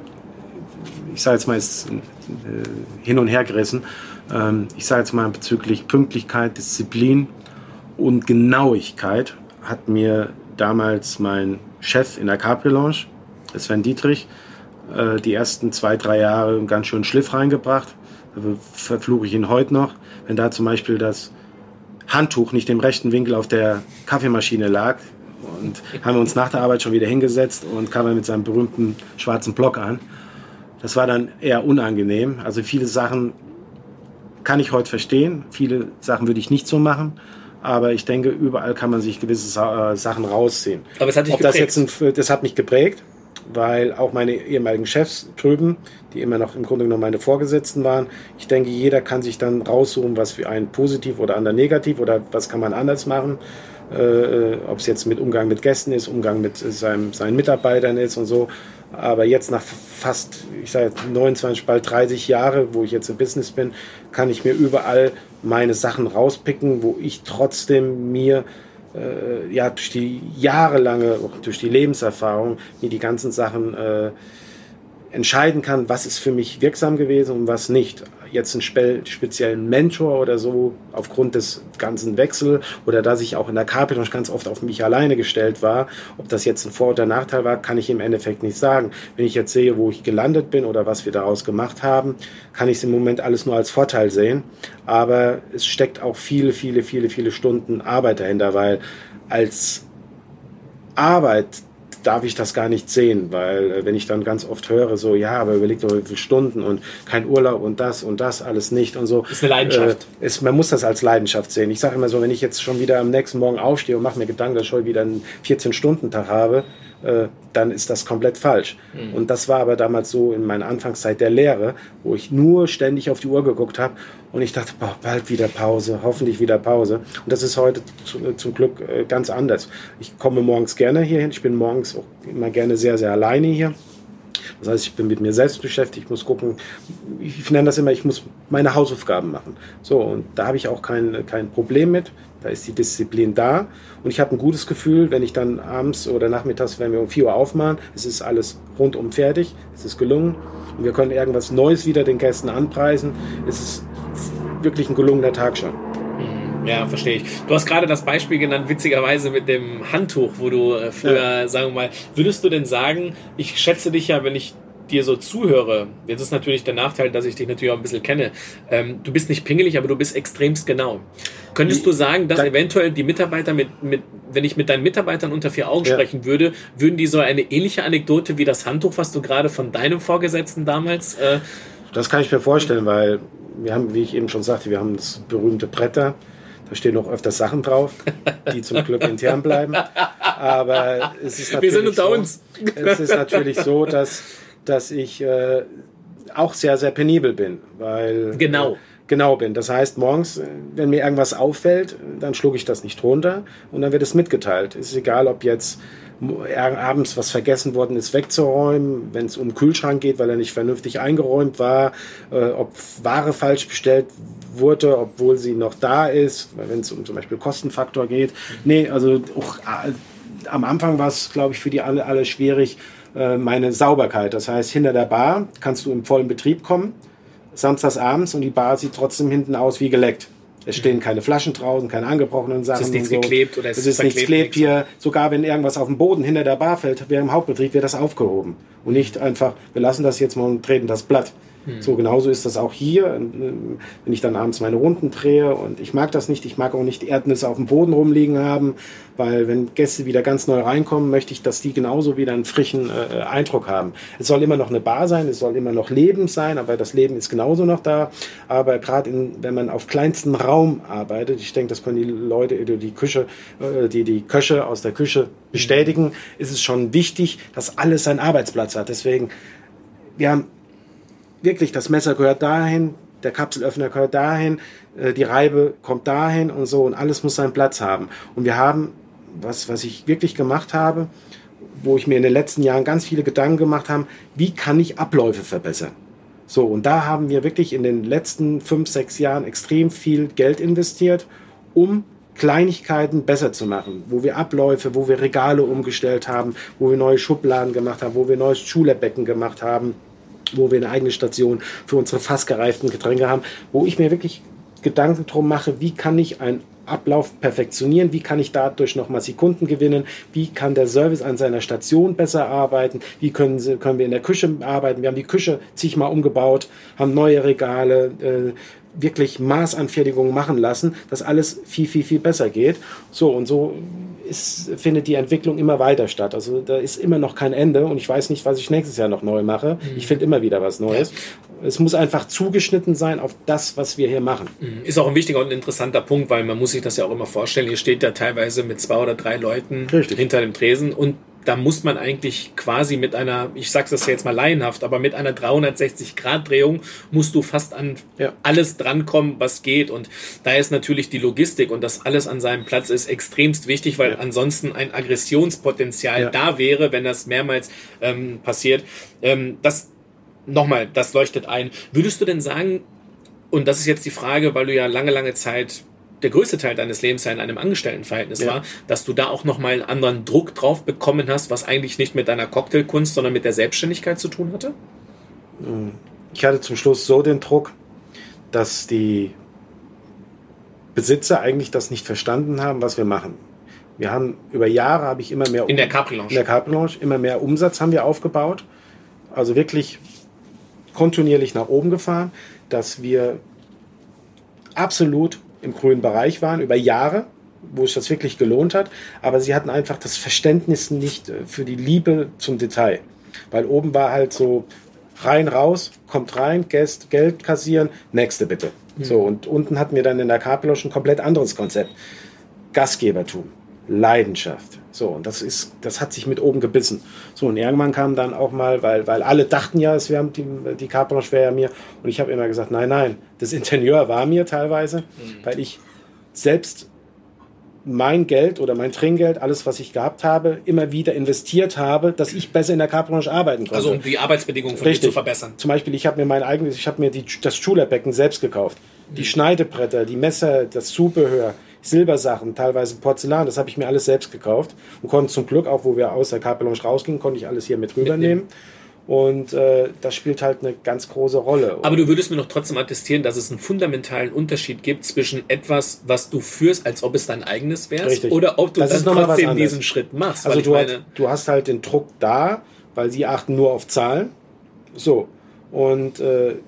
ich sage jetzt mal, ist hin und her gerissen. Ich sage jetzt mal bezüglich Pünktlichkeit, Disziplin und Genauigkeit hat mir damals mein Chef in der Capri Lounge, Sven Dietrich, die ersten 2, 3 Jahre einen ganz schönen Schliff reingebracht. Da verfluche ich ihn heute noch. Wenn da zum Beispiel das Handtuch nicht im rechten Winkel auf der Kaffeemaschine lag und haben wir uns nach der Arbeit schon wieder hingesetzt und kam er mit seinem berühmten schwarzen Block an. Das war dann eher unangenehm. Also viele Sachen kann ich heute verstehen. Viele Sachen würde ich nicht so machen. Aber ich denke, überall kann man sich gewisse Sachen rausziehen. Aber es hat dich geprägt. Das hat mich geprägt, weil auch meine ehemaligen Chefs drüben, die immer noch im Grunde genommen meine Vorgesetzten waren, ich denke, jeder kann sich dann raussuchen, was für einen positiv oder andere negativ oder was kann man anders machen. Ob es jetzt mit Umgang mit Gästen ist, Umgang mit seinen Mitarbeitern ist und so. Aber jetzt nach fast, ich sage 29, bald 30 Jahre, wo ich jetzt im Business bin, kann ich mir überall meine Sachen rauspicken, wo ich trotzdem mir durch die jahrelange, durch die Lebenserfahrung, mir die ganzen Sachen entscheiden kann, was ist für mich wirksam gewesen und was nicht. Jetzt einen speziellen Mentor oder so, aufgrund des ganzen Wechsel oder dass ich auch in der Capri Lounge ganz oft auf mich alleine gestellt war, ob das jetzt ein Vor- oder Nachteil war, kann ich im Endeffekt nicht sagen. Wenn ich jetzt sehe, wo ich gelandet bin oder was wir daraus gemacht haben, kann ich es im Moment alles nur als Vorteil sehen. Aber es steckt auch viele, viele, viele, viele Stunden Arbeit dahinter, weil als Arbeit darf ich das gar nicht sehen, weil wenn ich dann ganz oft höre, so, ja, aber überleg doch, wie viele Stunden und kein Urlaub und das alles nicht und so. Das ist eine Leidenschaft. Man muss das als Leidenschaft sehen. Ich sage immer so, wenn ich jetzt schon wieder am nächsten Morgen aufstehe und mache mir Gedanken, dass ich heute wieder einen 14-Stunden-Tag habe, dann ist das komplett falsch. Und das war aber damals so in meiner Anfangszeit der Lehre, wo ich nur ständig auf die Uhr geguckt habe und ich dachte, boah, bald wieder Pause, hoffentlich wieder Pause. Und das ist heute zum Glück ganz anders. Ich komme morgens gerne hierhin, ich bin morgens auch immer gerne sehr, sehr alleine hier. Das heißt, ich bin mit mir selbst beschäftigt, ich muss gucken, ich nenne das immer, ich muss meine Hausaufgaben machen. So, und da habe ich auch kein Problem mit. Da ist die Disziplin da. Und ich habe ein gutes Gefühl, wenn ich dann abends oder nachmittags, wenn wir um 4 Uhr aufmachen, es ist alles rundum fertig, es ist gelungen und wir können irgendwas Neues wieder den Gästen anpreisen. Es ist wirklich ein gelungener Tag schon. Ja, verstehe ich. Du hast gerade das Beispiel genannt, witzigerweise mit dem Handtuch, wo du früher, sagen wir mal, würdest du denn sagen, ich schätze dich ja, wenn ich dir so zuhöre, jetzt ist natürlich der Nachteil, dass ich dich natürlich auch ein bisschen kenne, du bist nicht pingelig, aber du bist extremst genau. Könntest du sagen, dass eventuell die Mitarbeiter wenn ich mit deinen Mitarbeitern unter 4 Augen sprechen würde, würden die so eine ähnliche Anekdote wie das Handtuch, was du gerade von deinem Vorgesetzten damals... Das kann ich mir vorstellen, weil wir haben, wie ich eben schon sagte, wir haben das berühmte Bretter. Da stehen auch öfters Sachen drauf, die zum Glück intern bleiben. Aber es ist natürlich, wir sind unter uns. Es ist natürlich so, dass ich auch sehr, sehr penibel bin. Weil, genau bin. Das heißt, morgens, wenn mir irgendwas auffällt, dann schlucke ich das nicht runter und dann wird es mitgeteilt. Es ist egal, ob jetzt abends was vergessen worden ist wegzuräumen, wenn es um den Kühlschrank geht, weil er nicht vernünftig eingeräumt war, ob Ware falsch bestellt wurde, obwohl sie noch da ist, wenn es um zum Beispiel Kostenfaktor geht. Nee, also auch, am Anfang war es, glaube ich, für die alle schwierig, meine Sauberkeit. Das heißt, hinter der Bar kannst du im vollen Betrieb kommen, samstags abends, und die Bar sieht trotzdem hinten aus wie geleckt. Es stehen keine Flaschen draußen, keine angebrochenen Sachen. Es ist nichts geklebt oder es ist nichts geklebt hier. Sogar wenn irgendwas auf dem Boden hinter der Bar fällt, während im Hauptbetrieb wird das aufgehoben. Und nicht einfach, wir lassen das jetzt mal und treten das Blatt. So genauso ist das auch hier, wenn ich dann abends meine Runden drehe, und ich mag das nicht, ich mag auch nicht Erdnüsse auf dem Boden rumliegen haben, weil wenn Gäste wieder ganz neu reinkommen, möchte ich, dass die genauso wieder einen frischen Eindruck haben. Es soll immer noch eine Bar sein, es soll immer noch Leben sein, aber das Leben ist genauso noch da, aber gerade wenn man auf kleinstem Raum arbeitet, ich denke, das können die Leute, die Köche aus der Küche bestätigen, ist es schon wichtig, dass alles seinen Arbeitsplatz hat. Deswegen, wir haben wirklich, das Messer gehört dahin, der Kapselöffner gehört dahin, die Reibe kommt dahin und so, und alles muss seinen Platz haben. Und wir haben, was ich wirklich gemacht habe, wo ich mir in den letzten Jahren ganz viele Gedanken gemacht habe, wie kann ich Abläufe verbessern? So, und da haben wir wirklich in den letzten 5, 6 Jahren extrem viel Geld investiert, um Kleinigkeiten besser zu machen, wo wir Abläufe, wo wir Regale umgestellt haben, wo wir neue Schubladen gemacht haben, wo wir neues Schulerbecken gemacht haben, wo wir eine eigene Station für unsere fast gereiften Getränke haben, wo ich mir wirklich Gedanken drum mache, wie kann ich einen Ablauf perfektionieren, wie kann ich dadurch nochmal Sekunden gewinnen, wie kann der Service an seiner Station besser arbeiten, wie können wir in der Küche arbeiten. Wir haben die Küche zigmal umgebaut, haben neue Regale, wirklich Maßanfertigungen machen lassen, dass alles viel, viel, viel besser geht. So und so findet die Entwicklung immer weiter statt. Also da ist immer noch kein Ende, und ich weiß nicht, was ich nächstes Jahr noch neu mache. Ich finde immer wieder was Neues. Es muss einfach zugeschnitten sein auf das, was wir hier machen. Ist auch ein wichtiger und interessanter Punkt, weil man muss sich das ja auch immer vorstellen. Hier steht da teilweise mit 2 oder 3 Leuten hinter dem Tresen, und da muss man eigentlich quasi mit einer, ich sag's das jetzt mal laienhaft, aber mit einer 360-Grad-Drehung musst du fast an alles drankommen, was geht. Und da ist natürlich die Logistik und dass alles an seinem Platz ist extremst wichtig, weil ansonsten ein Aggressionspotenzial da wäre, wenn das mehrmals passiert. Das leuchtet ein. Würdest du denn sagen, und das ist jetzt die Frage, weil du ja lange Zeit, der größte Teil deines Lebens ja in einem Angestelltenverhältnis war, dass du da auch nochmal einen anderen Druck drauf bekommen hast, was eigentlich nicht mit deiner Cocktailkunst, sondern mit der Selbstständigkeit zu tun hatte? Ich hatte zum Schluss so den Druck, dass die Besitzer eigentlich das nicht verstanden haben, was wir machen. Wir haben über Jahre, habe ich immer mehr... In der Capri-Lounge, immer mehr Umsatz haben wir aufgebaut. Also wirklich kontinuierlich nach oben gefahren, dass wir absolut im grünen Bereich waren, über Jahre, wo sich das wirklich gelohnt hat, aber sie hatten einfach das Verständnis nicht für die Liebe zum Detail, weil oben war halt so rein, raus, kommt rein, Geld kassieren, nächste bitte. So, und unten hatten wir dann in der Capri-Lounge ein komplett anderes Konzept. Gastgebertum. Leidenschaft. So, und das hat sich mit oben gebissen. So, und irgendwann kam dann auch mal, weil alle dachten ja, es wäre die Carte Blanche wäre ja mir. Und ich habe immer gesagt, nein, das Ingenieur war mir teilweise, weil ich selbst mein Geld oder mein Trinkgeld, alles, was ich gehabt habe, immer wieder investiert habe, dass ich besser in der Carte Blanche arbeiten konnte. Also um die Arbeitsbedingungen von dir zu verbessern. Zum Beispiel, ich habe mir das Schulerbecken selbst gekauft. Die Schneidebretter, die Messer, das Zubehör, Silbersachen, teilweise Porzellan, das habe ich mir alles selbst gekauft und konnte zum Glück, auch wo wir aus der Carte Blanche rausgingen, konnte ich alles hier mit rübernehmen. Und das spielt halt eine ganz große Rolle. Aber du würdest mir noch trotzdem attestieren, dass es einen fundamentalen Unterschied gibt zwischen etwas, was du führst, als ob es dein eigenes wärst, oder ob du dann trotzdem diesen Schritt machst. Also du hast halt den Druck da, weil sie achten nur auf Zahlen. So. Und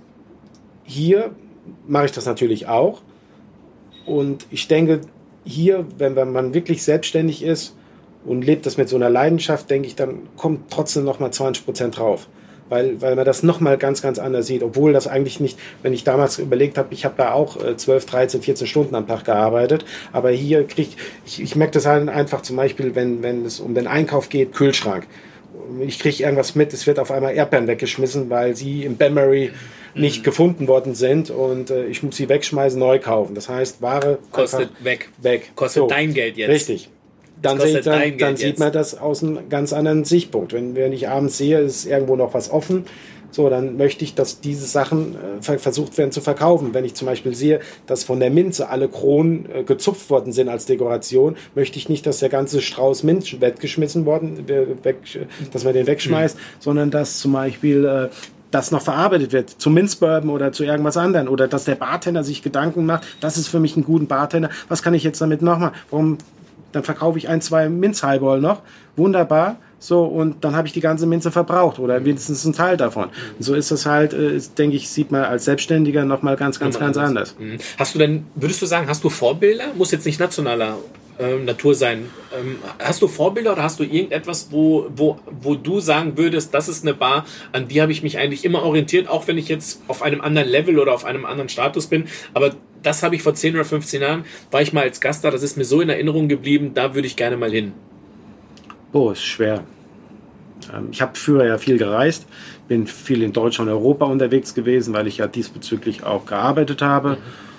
hier mache ich das natürlich auch. Und ich denke, hier, wenn man wirklich selbstständig ist und lebt das mit so einer Leidenschaft, denke ich, dann kommt trotzdem nochmal 20% drauf. Weil man das nochmal ganz, ganz anders sieht. Obwohl das eigentlich nicht, wenn ich damals überlegt habe, ich habe da auch 12, 13, 14 Stunden am Tag gearbeitet. Aber hier ich merke das halt einfach zum Beispiel, wenn es um den Einkauf geht, Kühlschrank. Ich kriege irgendwas mit, es wird auf einmal Erdbeeren weggeschmissen, weil sie im Benmary nicht gefunden worden sind und ich muss sie wegschmeißen, neu kaufen. Das heißt, Ware kostet weg. Kostet so, dein Geld jetzt. Richtig. Dann sieht man das aus einem ganz anderen Sichtpunkt. Wenn ich abends sehe, ist irgendwo noch was offen, so, dann möchte ich, dass diese Sachen versucht werden zu verkaufen. Wenn ich zum Beispiel sehe, dass von der Minze alle Kronen gezupft worden sind als Dekoration, möchte ich nicht, dass der ganze Strauß Minze weggeschmissen worden, dass man den wegschmeißt, sondern dass zum Beispiel das noch verarbeitet wird, zum Minzbourbon oder zu irgendwas anderem. Oder dass der Bartender sich Gedanken macht, das ist für mich ein guter Bartender, was kann ich jetzt damit noch machen? Dann verkaufe ich 1, 2 Minz-Highball noch, wunderbar, so, und dann habe ich die ganze Minze verbraucht oder wenigstens einen Teil davon. Und so ist das halt, denke ich, sieht man als Selbstständiger nochmal ganz anders. Würdest du sagen, hast du Vorbilder? Muss jetzt nicht nationaler Natur sein. Hast du Vorbilder oder hast du irgendetwas, wo du sagen würdest, das ist eine Bar, an die habe ich mich eigentlich immer orientiert, auch wenn ich jetzt auf einem anderen Level oder auf einem anderen Status bin, aber das habe ich vor 10 oder 15 Jahren, war ich mal als Gast da, das ist mir so in Erinnerung geblieben, da würde ich gerne mal hin. Ist schwer. Ich habe früher ja viel gereist, bin viel in Deutschland und Europa unterwegs gewesen, weil ich ja diesbezüglich auch gearbeitet habe.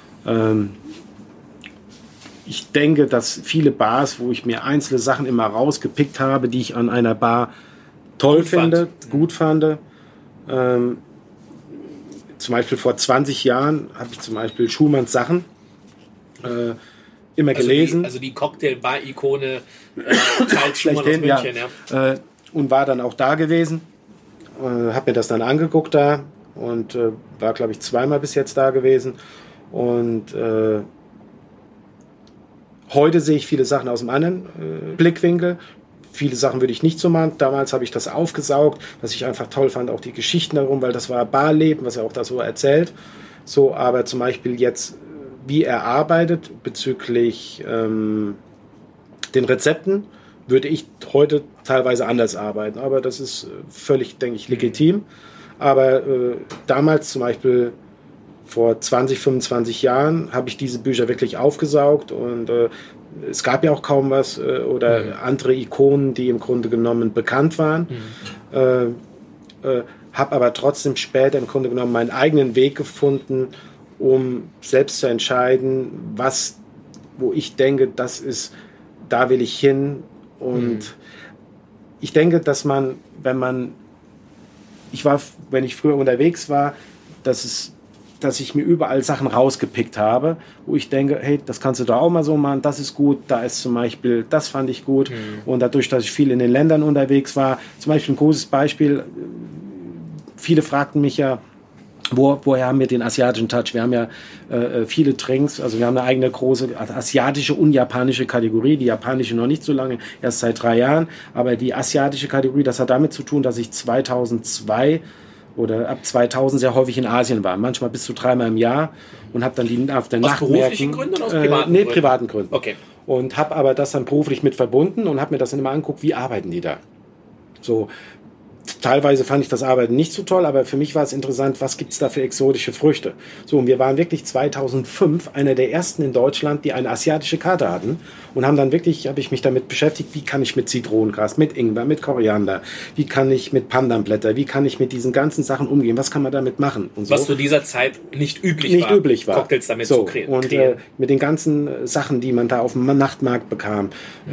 Ich denke, dass viele Bars, wo ich mir einzelne Sachen immer rausgepickt habe, die ich an einer Bar gut fand. Zum Beispiel vor 20 Jahren habe ich zum Beispiel Schumanns Sachen immer gelesen. Also die Cocktail-Bar-Ikone Charles Schumann aus München. Ja. Und war dann auch da gewesen. Habe mir das dann angeguckt da und war, glaube ich, 2-mal bis jetzt da gewesen. Und heute sehe ich viele Sachen aus einem anderen Blickwinkel. Viele Sachen würde ich nicht so machen. Damals habe ich das aufgesaugt, was ich einfach toll fand, auch die Geschichten darum, weil das war Barleben, was er auch da so erzählt. So, aber zum Beispiel jetzt, wie er arbeitet bezüglich den Rezepten, würde ich heute teilweise anders arbeiten. Aber das ist völlig, denke ich, legitim. Aber damals zum Beispiel vor 20, 25 Jahren habe ich diese Bücher wirklich aufgesaugt und es gab ja auch kaum was oder andere Ikonen, die im Grunde genommen bekannt waren. Habe aber trotzdem später im Grunde genommen meinen eigenen Weg gefunden, um selbst zu entscheiden, wo ich denke, da will ich hin. Und ich denke, dass wenn ich früher unterwegs war, dass ich mir überall Sachen rausgepickt habe, wo ich denke, hey, das kannst du da auch mal so machen, das ist gut, da ist zum Beispiel, das fand ich gut. Und dadurch, dass ich viel in den Ländern unterwegs war, zum Beispiel ein großes Beispiel, viele fragten mich ja, woher haben wir den asiatischen Touch? Wir haben ja viele Drinks, also wir haben eine eigene große asiatische und japanische Kategorie, die japanische noch nicht so lange, erst seit 3 Jahren, aber die asiatische Kategorie, das hat damit zu tun, dass ich 2002 oder ab 2000 sehr häufig in Asien war, manchmal bis zu 3-mal im Jahr und habe dann auf der Nacht... Aus beruflichen Gründen oder aus privaten Gründen? Privaten Gründen. Okay. Und habe aber das dann beruflich mit verbunden und habe mir das dann immer angeguckt, wie arbeiten die da? So, teilweise fand ich das Arbeiten nicht so toll, aber für mich war es interessant, was gibt's da für exotische Früchte. So, und wir waren wirklich 2005 einer der ersten in Deutschland, die eine asiatische Karte hatten und haben dann wirklich, habe ich mich damit beschäftigt, wie kann ich mit Zitronengras, mit Ingwer, mit Koriander, wie kann ich mit Pandanblätter, wie kann ich mit diesen ganzen Sachen umgehen, was kann man damit machen und so. Was zu dieser Zeit nicht üblich war. Cocktails damit zu kreieren. Und mit den ganzen Sachen, die man da auf dem Nachtmarkt bekam,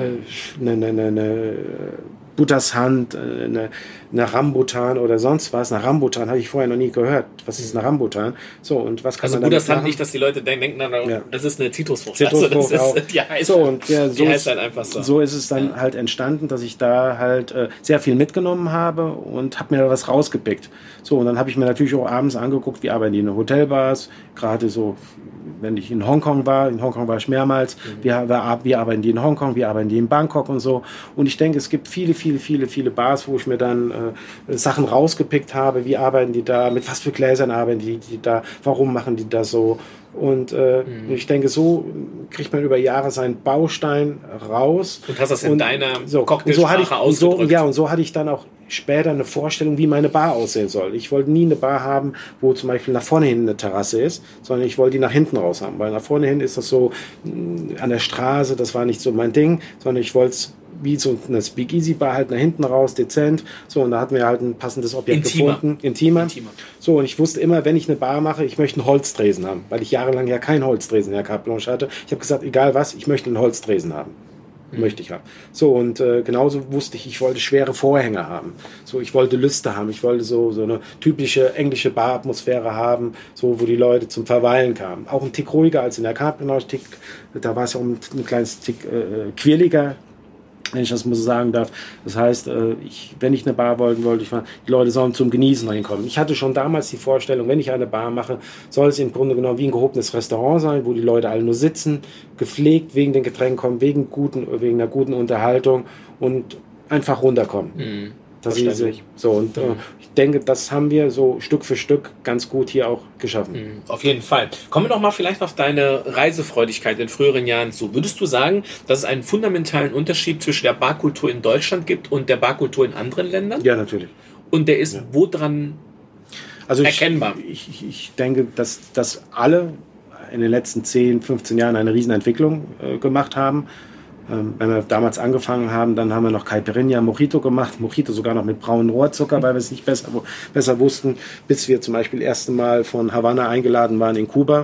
eine Buttershand, eine Rambutan oder sonst was. Eine Rambutan habe ich vorher noch nie gehört. Was ist eine Rambutan? So, und was kann man damit Buttershand machen? nicht, dass die Leute denken, das ist eine Zitrusfrucht. Zitrusfrucht also auch. Die heißt, so, und die heißt halt einfach so. So ist es dann halt entstanden, dass ich da halt sehr viel mitgenommen habe und habe mir da was rausgepickt. So, und dann habe ich mir natürlich auch abends angeguckt, wie arbeiten die in Hotelbars, gerade so, wenn ich in Hongkong war ich mehrmals, wie arbeiten die in Hongkong, wie arbeiten die in Bangkok und so. Und ich denke, es gibt viele Bars, wo ich mir dann Sachen rausgepickt habe, wie arbeiten die da, mit was für Gläsern arbeiten die da, warum machen die das so. Und ich denke, so kriegt man über Jahre seinen Baustein raus. Und hast das in deiner Cocktailsprache ausgedrückt. Und so hatte ich dann auch später eine Vorstellung, wie meine Bar aussehen soll. Ich wollte nie eine Bar haben, wo zum Beispiel nach vorne hin eine Terrasse ist, sondern ich wollte die nach hinten raus haben. Weil nach vorne hin ist das so an der Straße, das war nicht so mein Ding, sondern ich wollte es wie so eine Speakeasy-Bar halt nach hinten raus, dezent. So, und da hatten wir halt ein passendes Objekt gefunden. Intimer. So, und ich wusste immer, wenn ich eine Bar mache, ich möchte einen Holztresen haben, weil ich jahrelang ja keinen Holztresen in der Carte Blanche hatte. Ich habe gesagt, egal was, ich möchte einen Holztresen haben. Möchte ich haben. So, und genauso wusste ich wollte schwere Vorhänge haben. So, ich wollte Lüster haben. Ich wollte so eine typische englische Baratmosphäre haben, so, wo die Leute zum Verweilen kamen. Auch ein Tick ruhiger als in der Carte Blanche. Da war es ja auch ein kleines Tick quirliger, wenn ich das mal so sagen darf. Das heißt, wenn ich eine Bar wollte ich mal, die Leute sollen zum Genießen reinkommen. Ich hatte schon damals die Vorstellung, wenn ich eine Bar mache, soll es im Grunde genommen wie ein gehobenes Restaurant sein, wo die Leute alle nur sitzen, gepflegt wegen den Getränken kommen, wegen einer guten Unterhaltung und einfach runterkommen. Verständlich. Ich denke, das haben wir so Stück für Stück ganz gut hier auch geschaffen. Auf jeden Fall. Kommen wir noch mal vielleicht auf deine Reisefreudigkeit in früheren Jahren zu. Würdest du sagen, dass es einen fundamentalen Unterschied zwischen der Barkultur in Deutschland gibt und der Barkultur in anderen Ländern? Ja, natürlich. Und der ist woran erkennbar? Ich denke, dass alle in den letzten 10, 15 Jahren eine Riesenentwicklung gemacht haben. Wenn wir damals angefangen haben, dann haben wir noch Caipirinha, Mojito gemacht. Mojito sogar noch mit braunem Rohrzucker, weil wir es nicht besser wussten, bis wir zum Beispiel das erste Mal von Havanna eingeladen waren in Kuba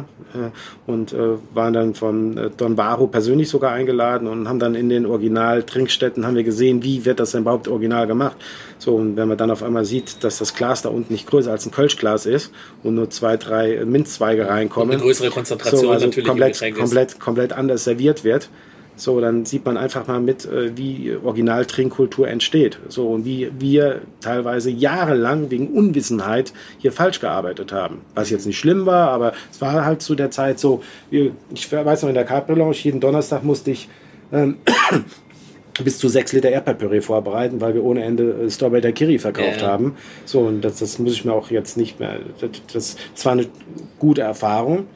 und waren dann von Don Barro persönlich sogar eingeladen und haben dann in den Original-Trinkstätten haben wir gesehen, wie wird das denn überhaupt original gemacht. So, und wenn man dann auf einmal sieht, dass das Glas da unten nicht größer als ein Kölschglas ist und nur 2, 3 Minzzweige reinkommen. Und eine größere Konzentration also natürlich komplett anders serviert wird. So, dann sieht man einfach mal mit, wie Original-Trinkkultur entsteht. So, und wie wir teilweise jahrelang wegen Unwissenheit hier falsch gearbeitet haben. Was jetzt nicht schlimm war, aber es war halt zu der Zeit so, ich weiß noch, in der Carte Blanche, jeden Donnerstag musste ich bis zu 6 Liter Erdbeerpüree vorbereiten, weil wir ohne Ende Strawberry Daiquiri verkauft haben. So, und das muss ich mir auch jetzt nicht mehr, das war eine gute Erfahrung,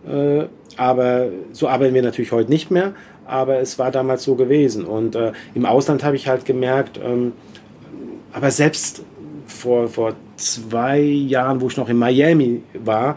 aber so arbeiten wir natürlich heute nicht mehr. Aber es war damals so gewesen. Und im Ausland habe ich halt gemerkt, aber selbst vor 2 Jahren, wo ich noch in Miami war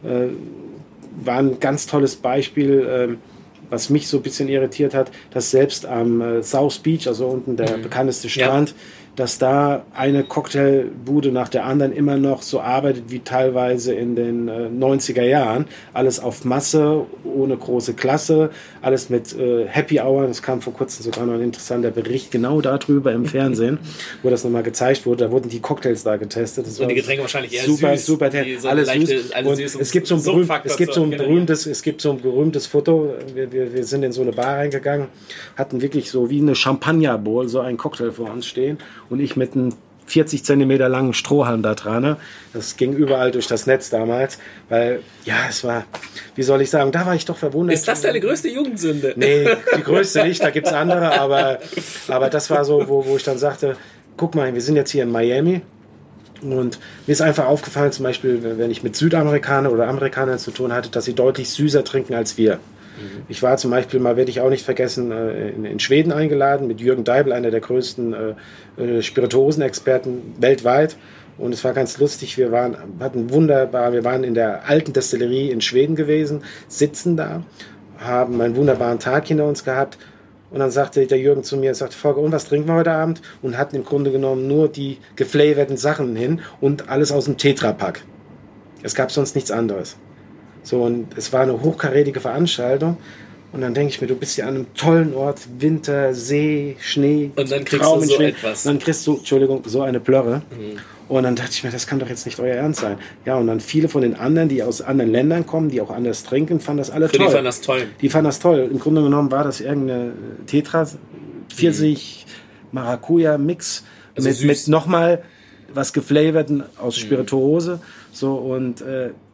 ein ganz tolles Beispiel, was mich so ein bisschen irritiert hat, dass selbst am South Beach, also unten der bekannteste Strand, dass da eine Cocktailbude nach der anderen immer noch so arbeitet wie teilweise in den 90er Jahren. Alles auf Masse, ohne große Klasse, alles mit Happy Hour. Es kam vor kurzem sogar noch ein interessanter Bericht genau darüber im Fernsehen, wo das nochmal gezeigt wurde. Da wurden die Cocktails da getestet. Das und die Getränke wahrscheinlich eher super, süß. super, so alles leichte, süß. alles Und süß es gibt so ein berühmtes Foto. Wir sind in so eine Bar reingegangen, hatten wirklich so wie eine Champagner Bowl, so einen Cocktail vor uns stehen. Und ich mit einem 40 Zentimeter langen Strohhalm da dran. Das ging überall durch das Netz damals, weil, ja, es war, wie soll ich sagen, da war ich doch verwundert. Ist das deine größte Jugendsünde? Nee, die größte nicht, da gibt es andere, aber das war so, wo ich dann sagte, guck mal, wir sind jetzt hier in Miami und mir ist einfach aufgefallen, zum Beispiel, wenn ich mit Südamerikanern oder Amerikanern zu tun hatte, dass sie deutlich süßer trinken als wir. Ich war zum Beispiel mal, werde ich auch nicht vergessen, in Schweden eingeladen mit Jürgen Deibel, einer der größten Spirituosenexperten weltweit. Und es war ganz lustig, wir waren in der alten Destillerie in Schweden gewesen, sitzen da, haben einen wunderbaren Tag hinter uns gehabt. Und dann sagte der Jürgen zu mir, Volker, und was trinken wir heute Abend? Und hatten im Grunde genommen nur die geflavorten Sachen hin und alles aus dem Tetrapack. Es gab sonst nichts anderes. So, und es war eine hochkarätige Veranstaltung. Und dann denke ich mir, du bist ja an einem tollen Ort, Winter, See, Schnee. Und dann kriegst du so etwas. Und dann kriegst du, so eine Plörre. Und dann dachte ich mir, das kann doch jetzt nicht euer Ernst sein. Ja, und dann viele von den anderen, die aus anderen Ländern kommen, die auch anders trinken, fanden das alle toll. Die fanden das toll. Die fanden das toll. Im Grunde genommen war das irgendeine Tetra, Pfirsich, Maracuja-Mix Also mit nochmal was geflavorten aus Spirituose. So, und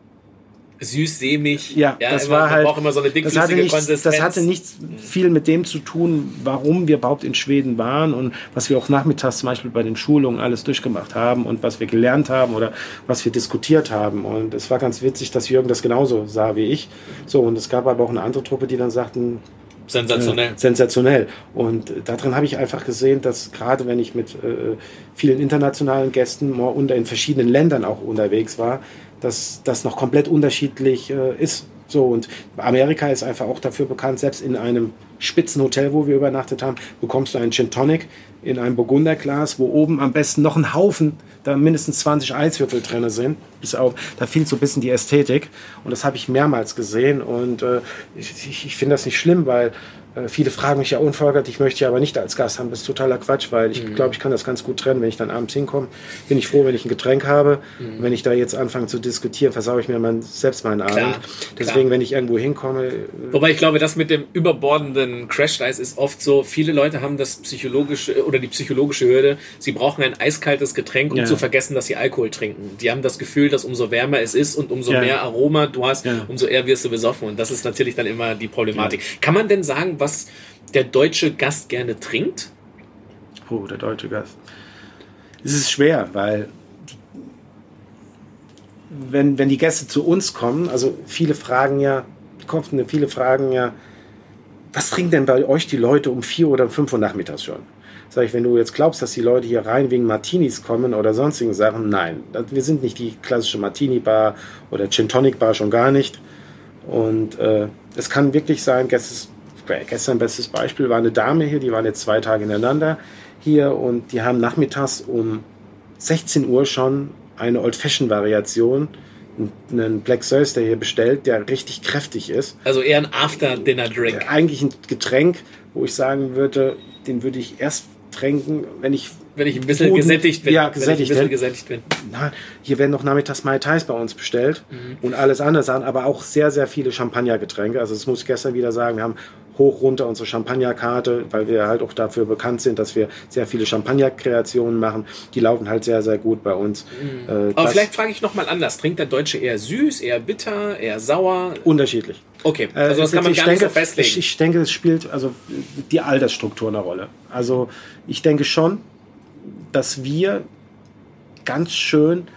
süß, sämig. Ja, das war halt, auch immer so eine dickflüssige Konsistenz. Das hatte nicht viel mit dem zu tun, warum wir überhaupt in Schweden waren und was wir auch nachmittags zum Beispiel bei den Schulungen alles durchgemacht haben und was wir gelernt haben oder was wir diskutiert haben. Und es war ganz witzig, dass Jürgen das genauso sah wie ich. So, und es gab aber auch eine andere Truppe, die dann sagten, sensationell. Sensationell. Und darin habe ich einfach gesehen, dass gerade wenn ich mit vielen internationalen Gästen in verschiedenen Ländern auch unterwegs war, dass das noch komplett unterschiedlich ist. So, und Amerika ist einfach auch dafür bekannt, selbst in einem Spitzenhotel, wo wir übernachtet haben, bekommst du einen Gin Tonic in einem Burgunderglas, wo oben am besten noch ein Haufen, da mindestens 20 Eiswürfel drin sind. Da fehlt so ein bisschen die Ästhetik. Und das habe ich mehrmals gesehen. Und ich finde das nicht schlimm, weil viele fragen mich ja unfolgert, ich möchte ja aber nicht als Gast haben. Das ist totaler Quatsch, weil ich glaube, ich kann das ganz gut trennen. Wenn ich dann abends hinkomme, bin ich froh, wenn ich ein Getränk habe. Und wenn ich da jetzt anfange zu diskutieren, versaue ich mir selbst meinen Abend. Deswegen, wenn ich irgendwo hinkomme... Wobei ich glaube, das mit dem überbordenden Crash-Eis ist oft so, viele Leute haben das psychologische oder die psychologische Hürde, sie brauchen ein eiskaltes Getränk, um zu vergessen, dass sie Alkohol trinken. Die haben das Gefühl, dass umso wärmer es ist und umso mehr Aroma du hast, umso eher wirst du besoffen. Und das ist natürlich dann immer die Problematik. Kann man denn sagen, was der deutsche Gast gerne trinkt? Der deutsche Gast. Es ist schwer, weil wenn die Gäste zu uns kommen, also viele fragen ja, was trinken denn bei euch die Leute um 4 oder 5 Uhr nachmittags schon? Sag ich, wenn du jetzt glaubst, dass die Leute hier rein wegen Martinis kommen oder sonstigen Sachen, nein. Wir sind nicht die klassische Martini-Bar oder Gin-Tonic-Bar, schon gar nicht. Und es kann wirklich sein, gestern bestes Beispiel war eine Dame hier, die waren jetzt 2 Tage ineinander hier und die haben nachmittags um 16 Uhr schon eine Old-Fashioned-Variation, einen Black Thursday hier bestellt, der richtig kräftig ist. Also eher ein After-Dinner-Drink. Eigentlich ein Getränk, wo ich sagen würde, den würde ich erst trinken, wenn ich ein bisschen gesättigt bin. Ja, gesättigt bin. Nein, hier werden noch nachmittags Mai Tais bei uns bestellt und alles andere, aber auch sehr, sehr viele Champagnergetränke. Also das muss ich gestern wieder sagen, wir haben hoch runter unsere Champagnerkarte, weil wir halt auch dafür bekannt sind, dass wir sehr viele Champagnerkreationen machen. Die laufen halt sehr, sehr gut bei uns. Aber vielleicht frage ich nochmal anders. Trinkt der Deutsche eher süß, eher bitter, eher sauer? Unterschiedlich. Okay, also das kann man gar nicht so festlegen. Ich denke, es spielt also die Altersstruktur eine Rolle. Also ich denke schon, dass wir ganz schön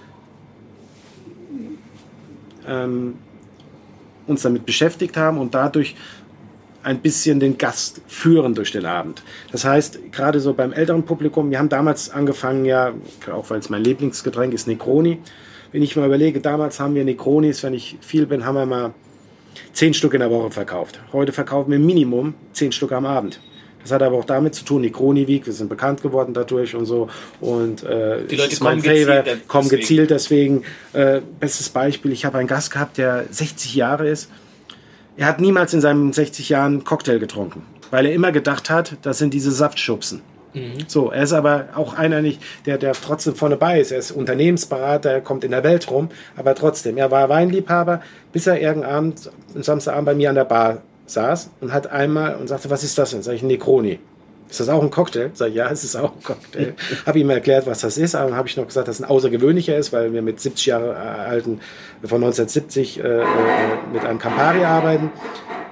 uns damit beschäftigt haben und dadurch ein bisschen den Gast führen durch den Abend. Das heißt, gerade so beim älteren Publikum, wir haben damals angefangen, ja, auch weil es mein Lieblingsgetränk ist, Negroni. Wenn ich mal überlege, damals haben wir Negronis, wenn ich viel bin, haben wir mal 10 Stück in der Woche verkauft. Heute verkaufen wir Minimum 10 Stück am Abend. Das hat aber auch damit zu tun, Negroni Week, wir sind bekannt geworden dadurch und so. Und die Leute kommen gezielt deswegen. Bestes Beispiel, ich habe einen Gast gehabt, der 60 Jahre ist. Er hat niemals in seinen 60 Jahren Cocktail getrunken, weil er immer gedacht hat, das sind diese Saftschubsen. So, er ist aber auch einer nicht, der trotzdem vorne bei ist. Er ist Unternehmensberater, er kommt in der Welt rum, aber trotzdem, er war Weinliebhaber, bis er irgendeinen Samstagabend bei mir an der Bar saß und hat einmal und sagte, was ist das denn? Sag ich, Negroni. Ist das auch ein Cocktail? Sag ich, ja, es ist auch ein Cocktail. Habe ihm erklärt, was das ist, aber habe ich noch gesagt, dass es ein außergewöhnlicher ist, weil wir mit 70 Jahre alten, von 1970 mit einem Campari arbeiten.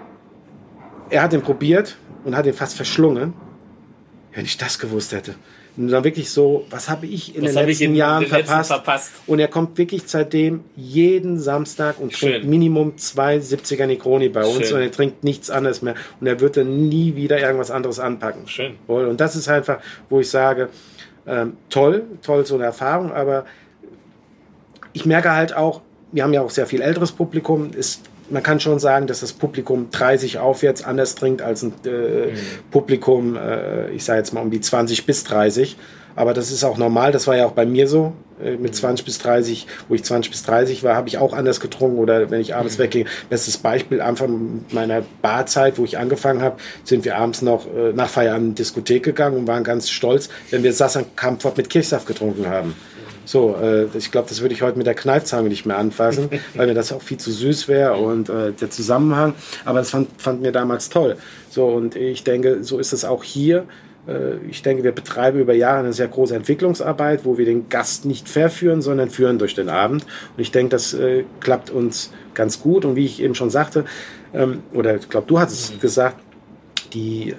Er hat ihn probiert und hat ihn fast verschlungen. Wenn ich das gewusst hätte. Und dann wirklich so, was habe ich in den letzten Jahren verpasst? Und er kommt wirklich seitdem jeden Samstag und trinkt Minimum 2 70er Negroni bei uns und er trinkt nichts anderes mehr. Und er wird dann nie wieder irgendwas anderes anpacken. Schön. Und das ist einfach, wo ich sage, toll so eine Erfahrung, aber ich merke halt auch, wir haben ja auch sehr viel älteres Publikum, man kann schon sagen, dass das Publikum 30 aufwärts anders trinkt als ein Publikum, ich sage jetzt mal um die 20 bis 30. Aber das ist auch normal, das war ja auch bei mir so, mit 20 bis 30, wo ich 20 bis 30 war, habe ich auch anders getrunken oder wenn ich abends weggehe. Bestes Beispiel, Anfang meiner Barzeit, wo ich angefangen habe, sind wir abends noch nach Feierabend in die Diskothek gegangen und waren ganz stolz, wenn wir Sassenkampfort mit Kirschsaft getrunken haben. So, ich glaube, das würde ich heute mit der Kneifzange nicht mehr anfassen, weil mir das auch viel zu süß wäre und der Zusammenhang. Aber das fand mir damals toll. So, und ich denke, so ist es auch hier. Ich denke, wir betreiben über Jahre eine sehr große Entwicklungsarbeit, wo wir den Gast nicht verführen, sondern führen durch den Abend. Und ich denke, das klappt uns ganz gut. Und wie ich eben schon sagte, oder ich glaube, du hattest es gesagt, die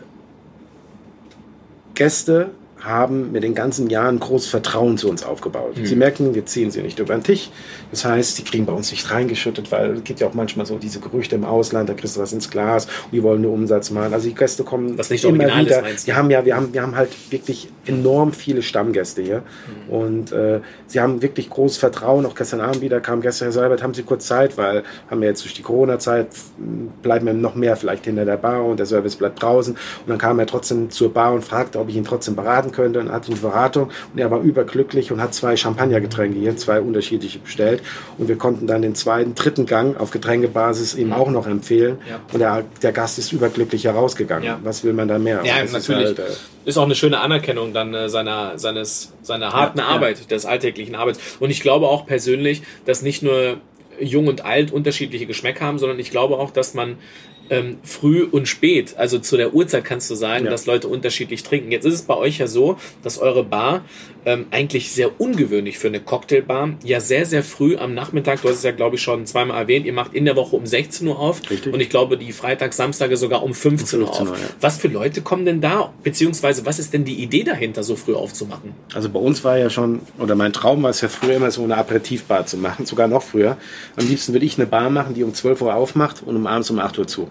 Gäste haben mit den ganzen Jahren großes Vertrauen zu uns aufgebaut. Sie merken, wir ziehen sie nicht über den Tisch. Das heißt, die kriegen bei uns nicht reingeschüttet, weil es gibt ja auch manchmal so diese Gerüchte im Ausland, da kriegst du was ins Glas und die wollen nur Umsatz machen. Also die Gäste kommen was nicht immer original wieder. Ist, meinst du? Wir haben halt wirklich enorm viele Stammgäste hier und sie haben wirklich großes Vertrauen. Auch gestern Abend wieder kam gestern Herr Seibert, haben sie kurz Zeit, weil haben wir jetzt durch die Corona-Zeit, bleiben wir noch mehr vielleicht hinter der Bar und der Service bleibt draußen. Und dann kam er trotzdem zur Bar und fragte, ob ich ihn trotzdem beraten könnte und hatte eine Beratung und er war überglücklich und hat 2 Champagnergetränke hier, 2 unterschiedliche bestellt und wir konnten dann den dritten Gang auf Getränkebasis ihm auch noch empfehlen und der Gast ist überglücklich herausgegangen. Ja. Was will man da mehr? Ja, das natürlich. Ist auch eine schöne Anerkennung dann seiner harten Arbeit, des alltäglichen Arbeits. Und ich glaube auch persönlich, dass nicht nur Jung und Alt unterschiedliche Geschmäcker haben, sondern ich glaube auch, dass man früh und spät, also zu der Uhrzeit kannst du sagen, dass Leute unterschiedlich trinken. Jetzt ist es bei euch ja so, dass eure Bar eigentlich sehr ungewöhnlich für eine Cocktailbar ja sehr, sehr früh am Nachmittag, du hast es ja glaube ich schon zweimal erwähnt, ihr macht in der Woche um 16 Uhr auf. Richtig. Und ich glaube die Freitags, Samstage sogar um 15 Uhr auf. Ja. Was für Leute kommen denn da, beziehungsweise was ist denn die Idee dahinter, so früh aufzumachen? Also bei uns war ja schon, oder mein Traum war es ja früher immer so eine Aperitivbar zu machen, sogar noch früher. Am liebsten würde ich eine Bar machen, die um 12 Uhr aufmacht und abends um 8 Uhr zu.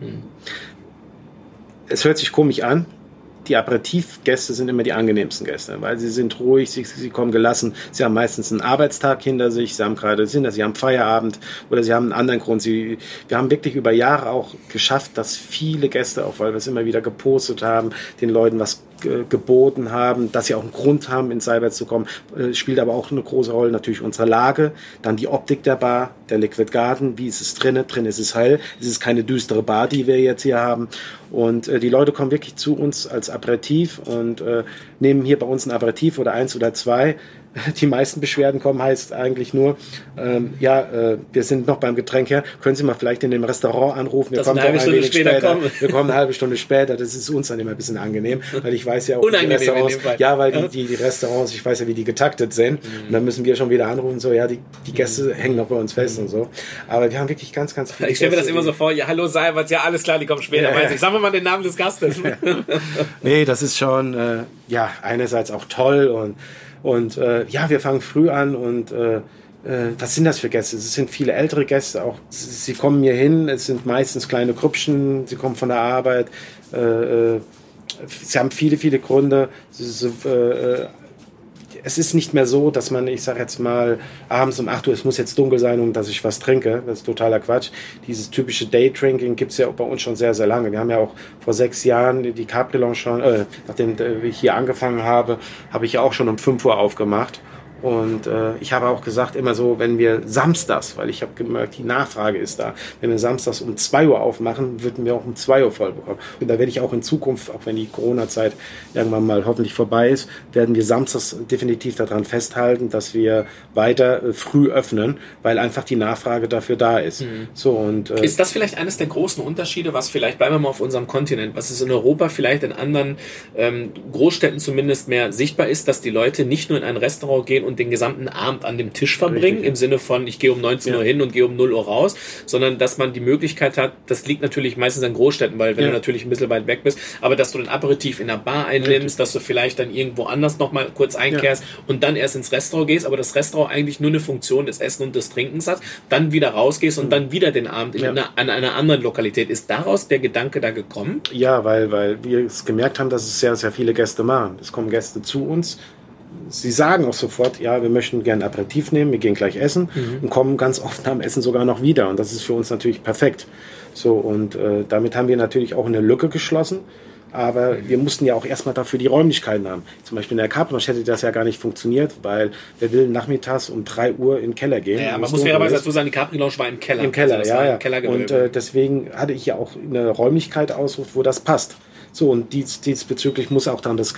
Es hört sich komisch an. Die Aperitivgäste sind immer die angenehmsten Gäste, weil sie sind ruhig, sie kommen gelassen, sie haben meistens einen Arbeitstag hinter sich, sie haben Feierabend oder sie haben einen anderen Grund. Wir haben wirklich über Jahre auch geschafft, dass viele Gäste, auch weil wir es immer wieder gepostet haben, den Leuten was geboten haben, dass sie auch einen Grund haben, ins Seibert zu kommen, spielt aber auch eine große Rolle natürlich unsere Lage, dann die Optik der Bar, der Liquid Garden, wie ist es drin ist es hell, es ist keine düstere Bar, die wir jetzt hier haben und die Leute kommen wirklich zu uns als Aperitif und nehmen hier bei uns ein Aperitif oder 1 oder 2. Die meisten Beschwerden kommen, heißt eigentlich nur, wir sind noch beim Getränk her, können Sie mal vielleicht in dem Restaurant anrufen, wir kommen eine halbe Stunde später. Wir kommen eine halbe Stunde später, das ist uns dann immer ein bisschen angenehm, weil ich weiß ja auch, die Restaurants, weil die Restaurants, ich weiß ja, wie die getaktet sind und dann müssen wir schon wieder anrufen, so, ja, die Gäste hängen noch bei uns fest und so, aber wir haben wirklich ganz, ganz viele Ich stelle mir das immer so vor, ja, hallo Seibert, ja, alles klar, die kommen später, Sagen wir mal den Namen des Gastes. Nee, das ist schon, einerseits auch toll und wir fangen früh an und was sind das für Gäste? Es sind viele ältere Gäste, auch sie kommen hier hin, es sind meistens kleine Grüppchen, sie kommen von der Arbeit, sie haben viele, viele Gründe. Es ist nicht mehr so, dass man, ich sage jetzt mal, abends um 8 Uhr, es muss jetzt dunkel sein, um dass ich was trinke. Das ist totaler Quatsch. Dieses typische Daydrinking gibt es ja bei uns schon sehr, sehr lange. Wir haben ja auch vor 6 Jahren die Capri Lounge schon, nachdem ich hier angefangen habe, habe ich ja auch schon um 5 Uhr aufgemacht. Und ich habe auch gesagt, immer so, wenn wir samstags, weil ich habe gemerkt, die Nachfrage ist da, wenn wir samstags um 2 Uhr aufmachen, würden wir auch um 2 Uhr voll bekommen. Und da werde ich auch in Zukunft, auch wenn die Corona-Zeit irgendwann mal hoffentlich vorbei ist, werden wir samstags definitiv daran festhalten, dass wir weiter früh öffnen, weil einfach die Nachfrage dafür da ist. So, und, ist das vielleicht eines der großen Unterschiede, was vielleicht, bleiben wir mal auf unserem Kontinent, was es in Europa vielleicht in anderen Großstädten zumindest mehr sichtbar ist, dass die Leute nicht nur in ein Restaurant gehen, und den gesamten Abend an dem Tisch verbringen, Richtig. im Sinne von, ich gehe um 19 Uhr hin und gehe um 0 Uhr raus, sondern dass man die Möglichkeit hat, das liegt natürlich meistens an Großstädten, weil wenn du natürlich ein bisschen weit weg bist, aber dass du den Aperitif in der Bar einnimmst, dass du vielleicht dann irgendwo anders nochmal kurz einkehrst und dann erst ins Restaurant gehst, aber das Restaurant eigentlich nur eine Funktion des Essen und des Trinkens hat, dann wieder rausgehst und dann wieder den Abend an einer anderen Lokalität. Ist daraus der Gedanke da gekommen? Ja, weil wir es gemerkt haben, dass es sehr, sehr viele Gäste machen. Es kommen Gäste zu uns. Sie sagen auch sofort, ja, wir möchten gerne Aperitif nehmen, wir gehen gleich essen und kommen ganz oft am Essen sogar noch wieder. Und das ist für uns natürlich perfekt. So, und damit haben wir natürlich auch eine Lücke geschlossen. Aber wir mussten ja auch erstmal dafür die Räumlichkeiten haben. Zum Beispiel in der Capri-Lounge hätte das ja gar nicht funktioniert, weil wer will nachmittags um 3 Uhr in den Keller gehen. Ja, man muss fairerweise dazu sagen, die Capri-Lounge war im Keller. Im Keller, also ja. Im Keller und deswegen hatte ich ja auch eine Räumlichkeit ausgesucht, wo das passt. So, und diesbezüglich muss auch dann das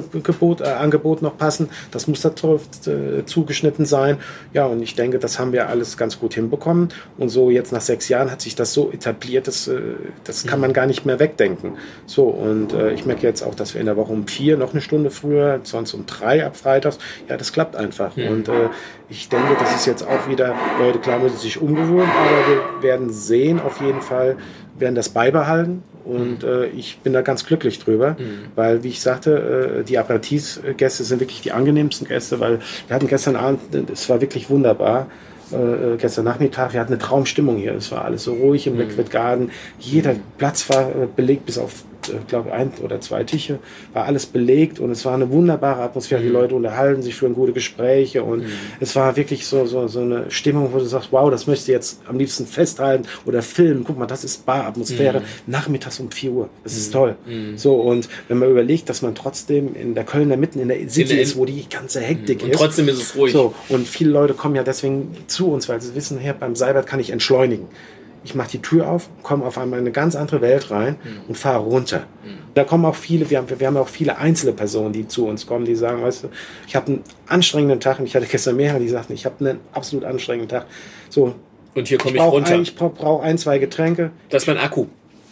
Angebot noch passen. Das muss darauf zugeschnitten sein. Ja, und ich denke, das haben wir alles ganz gut hinbekommen. Und so jetzt nach 6 Jahren hat sich das so etabliert, das kann man gar nicht mehr wegdenken. So, und ich merke jetzt auch, dass wir in der Woche um 4, noch eine Stunde früher, sonst um 3 ab freitags, ja, das klappt einfach. Und ich denke, das ist jetzt auch wieder, Leute, klar müssen sich umgewöhnen, aber wir werden sehen, auf jeden Fall, werden das beibehalten. Und ich bin da ganz glücklich drüber, weil, wie ich sagte, die Aperitivgäste sind wirklich die angenehmsten Gäste, weil wir hatten gestern Abend, es war wirklich wunderbar, gestern Nachmittag, wir hatten eine Traumstimmung hier, es war alles so ruhig im Liquid Garden, jeder Platz war belegt, bis auf, glaube 1 oder 2 Tische, war alles belegt und es war eine wunderbare Atmosphäre, die Leute unterhalten sich, führen gute Gespräche und es war wirklich so eine Stimmung, wo du sagst, wow, das möchtest du jetzt am liebsten festhalten oder filmen, guck mal, das ist Baratmosphäre, nachmittags um 4 Uhr, das ist toll. So, und wenn man überlegt, dass man trotzdem in der Kölner Mitten in der City ist, wo die ganze Hektik ist. Und trotzdem ist es ruhig. So, und viele Leute kommen ja deswegen zu uns, weil sie wissen, hier beim Seibert kann ich entschleunigen. Ich mache die Tür auf, komme auf einmal in eine ganz andere Welt rein und fahre runter. Da kommen auch viele, wir haben auch viele einzelne Personen, die zu uns kommen, die sagen, weißt du, ich habe einen anstrengenden Tag und ich hatte gestern mehrere, die sagten, ich habe einen absolut anstrengenden Tag. So, und hier komme ich runter. Ich brauche 1, 2 Getränke. Das ist mein Akku.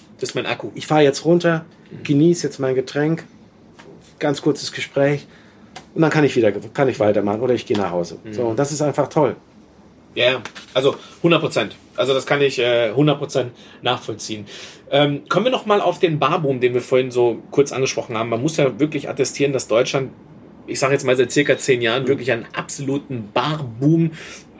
Ich fahre jetzt runter, genieße jetzt mein Getränk, ganz kurzes Gespräch und dann kann ich weitermachen oder ich gehe nach Hause. So, und das ist einfach toll. Ja, also 100%. Also das kann ich 100% nachvollziehen. Kommen wir noch mal auf den Barboom, den wir vorhin so kurz angesprochen haben. Man muss ja wirklich attestieren, dass Deutschland, ich sage jetzt mal seit circa 10 Jahren, wirklich einen absoluten Barboom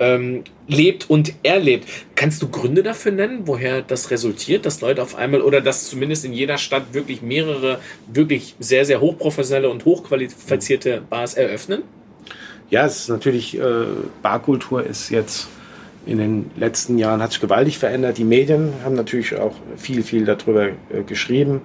lebt und erlebt. Kannst du Gründe dafür nennen, woher das resultiert, dass Leute auf einmal oder dass zumindest in jeder Stadt wirklich mehrere, wirklich sehr, sehr hochprofessionelle und hochqualifizierte Bars eröffnen? Ja, es ist natürlich, Barkultur ist jetzt in den letzten Jahren, hat sich gewaltig verändert. Die Medien haben natürlich auch viel darüber geschrieben.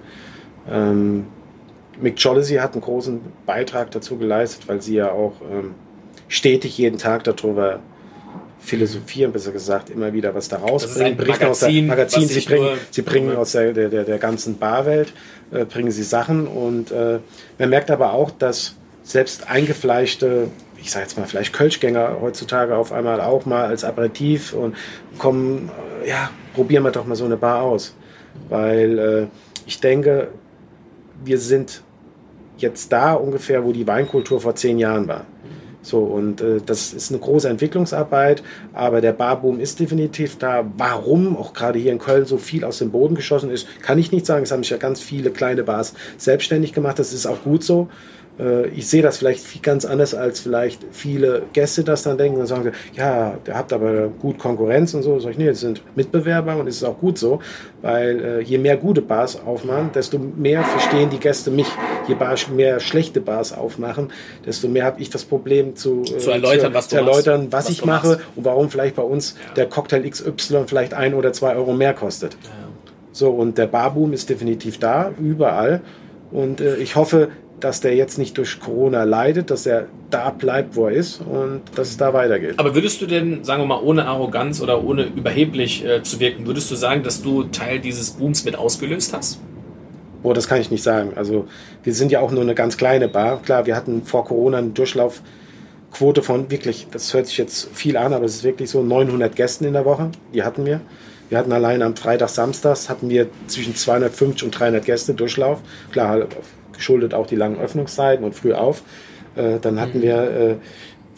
Mick Jollesy hat einen großen Beitrag dazu geleistet, weil sie ja auch stetig jeden Tag darüber philosophieren, besser gesagt, immer wieder was da rausbringen. Berichten aus der Magazin. Sie bringen aus der ganzen Barwelt, bringen sie Sachen und man merkt aber auch, dass selbst eingefleischte, ich sage jetzt mal vielleicht Kölschgänger heutzutage auf einmal auch mal als Aperitif und kommen, probieren wir doch mal so eine Bar aus. Weil ich denke, wir sind jetzt da ungefähr, wo die Weinkultur vor 10 Jahren war. So, und das ist eine große Entwicklungsarbeit, aber der Barboom ist definitiv da. Warum auch gerade hier in Köln so viel aus dem Boden geschossen ist, kann ich nicht sagen. Es haben sich ja ganz viele kleine Bars selbstständig gemacht, das ist auch gut so. Ich sehe das vielleicht ganz anders, als vielleicht viele Gäste das dann denken und sagen, ja, ihr habt aber gut Konkurrenz und so. Sag ich, nee, das sind Mitbewerber und es ist auch gut so, weil je mehr gute Bars aufmachen, desto mehr verstehen die Gäste mich. Je mehr schlechte Bars aufmachen, desto mehr habe ich das Problem zu erläutern, was ich mache und warum vielleicht bei uns der Cocktail XY vielleicht 1 oder 2 Euro mehr kostet. Ja. So, und der Barboom ist definitiv da, überall. Und ich hoffe, dass der jetzt nicht durch Corona leidet, dass er da bleibt, wo er ist und dass es da weitergeht. Aber würdest du denn, sagen wir mal, ohne Arroganz oder ohne überheblich zu wirken, würdest du sagen, dass du Teil dieses Booms mit ausgelöst hast? Boah, das kann ich nicht sagen. Also wir sind ja auch nur eine ganz kleine Bar. Klar, wir hatten vor Corona eine Durchlaufquote von wirklich, das hört sich jetzt viel an, aber es ist wirklich so 900 Gästen in der Woche. Die hatten wir. Wir hatten allein am Freitag, Samstags hatten wir zwischen 250 und 300 Gäste Durchlauf. Klar, geschuldet auch die langen Öffnungszeiten und früh auf. Dann hatten wir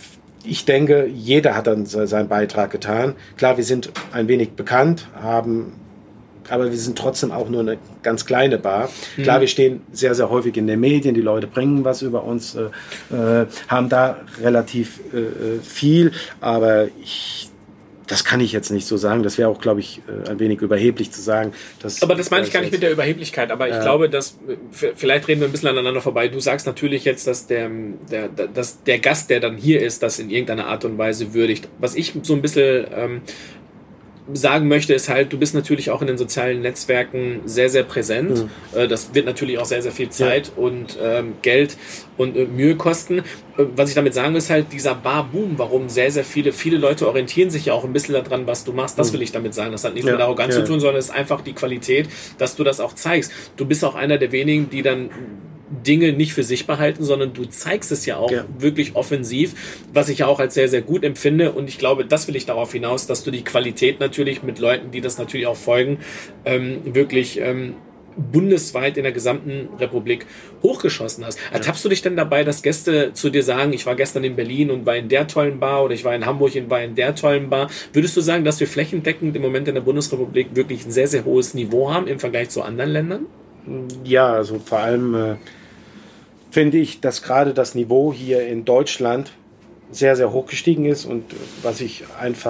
ich denke, jeder hat dann seinen Beitrag getan. Klar, wir sind ein wenig bekannt, aber wir sind trotzdem auch nur eine ganz kleine Bar. Klar, wir stehen sehr, sehr häufig in den Medien, die Leute bringen was über uns, haben da relativ viel, aber das kann ich jetzt nicht so sagen. Das wäre auch, glaube ich, ein wenig überheblich zu sagen. Aber das meine ich gar nicht mit der Überheblichkeit. Aber ich glaube, dass vielleicht reden wir ein bisschen aneinander vorbei. Du sagst natürlich jetzt, dass der Gast, der dann hier ist, das in irgendeiner Art und Weise würdigt. Was ich so ein bisschen sagen möchte, ist halt, du bist natürlich auch in den sozialen Netzwerken sehr, sehr präsent. Das wird natürlich auch sehr, sehr viel Zeit und Geld und Mühe kosten. Was ich damit sagen will, ist halt dieser Bar-Boom, warum sehr, sehr viele Leute orientieren sich ja auch ein bisschen daran, was du machst. Das will ich damit sagen. Das hat nichts mit Arroganz zu tun, sondern es ist einfach die Qualität, dass du das auch zeigst. Du bist auch einer der wenigen, die dann Dinge nicht für sich behalten, sondern du zeigst es ja auch wirklich offensiv, was ich ja auch als sehr, sehr gut empfinde. Und ich glaube, das will ich darauf hinaus, dass du die Qualität natürlich mit Leuten, die das natürlich auch folgen, wirklich bundesweit in der gesamten Republik hochgeschossen hast. Ertappst du dich denn dabei, dass Gäste zu dir sagen, ich war gestern in Berlin und war in der tollen Bar oder ich war in Hamburg und war in der tollen Bar? Würdest du sagen, dass wir flächendeckend im Moment in der Bundesrepublik wirklich ein sehr, sehr hohes Niveau haben im Vergleich zu anderen Ländern? Ja, also vor allem finde ich, dass gerade das Niveau hier in Deutschland sehr, sehr hoch gestiegen ist und was ich einfach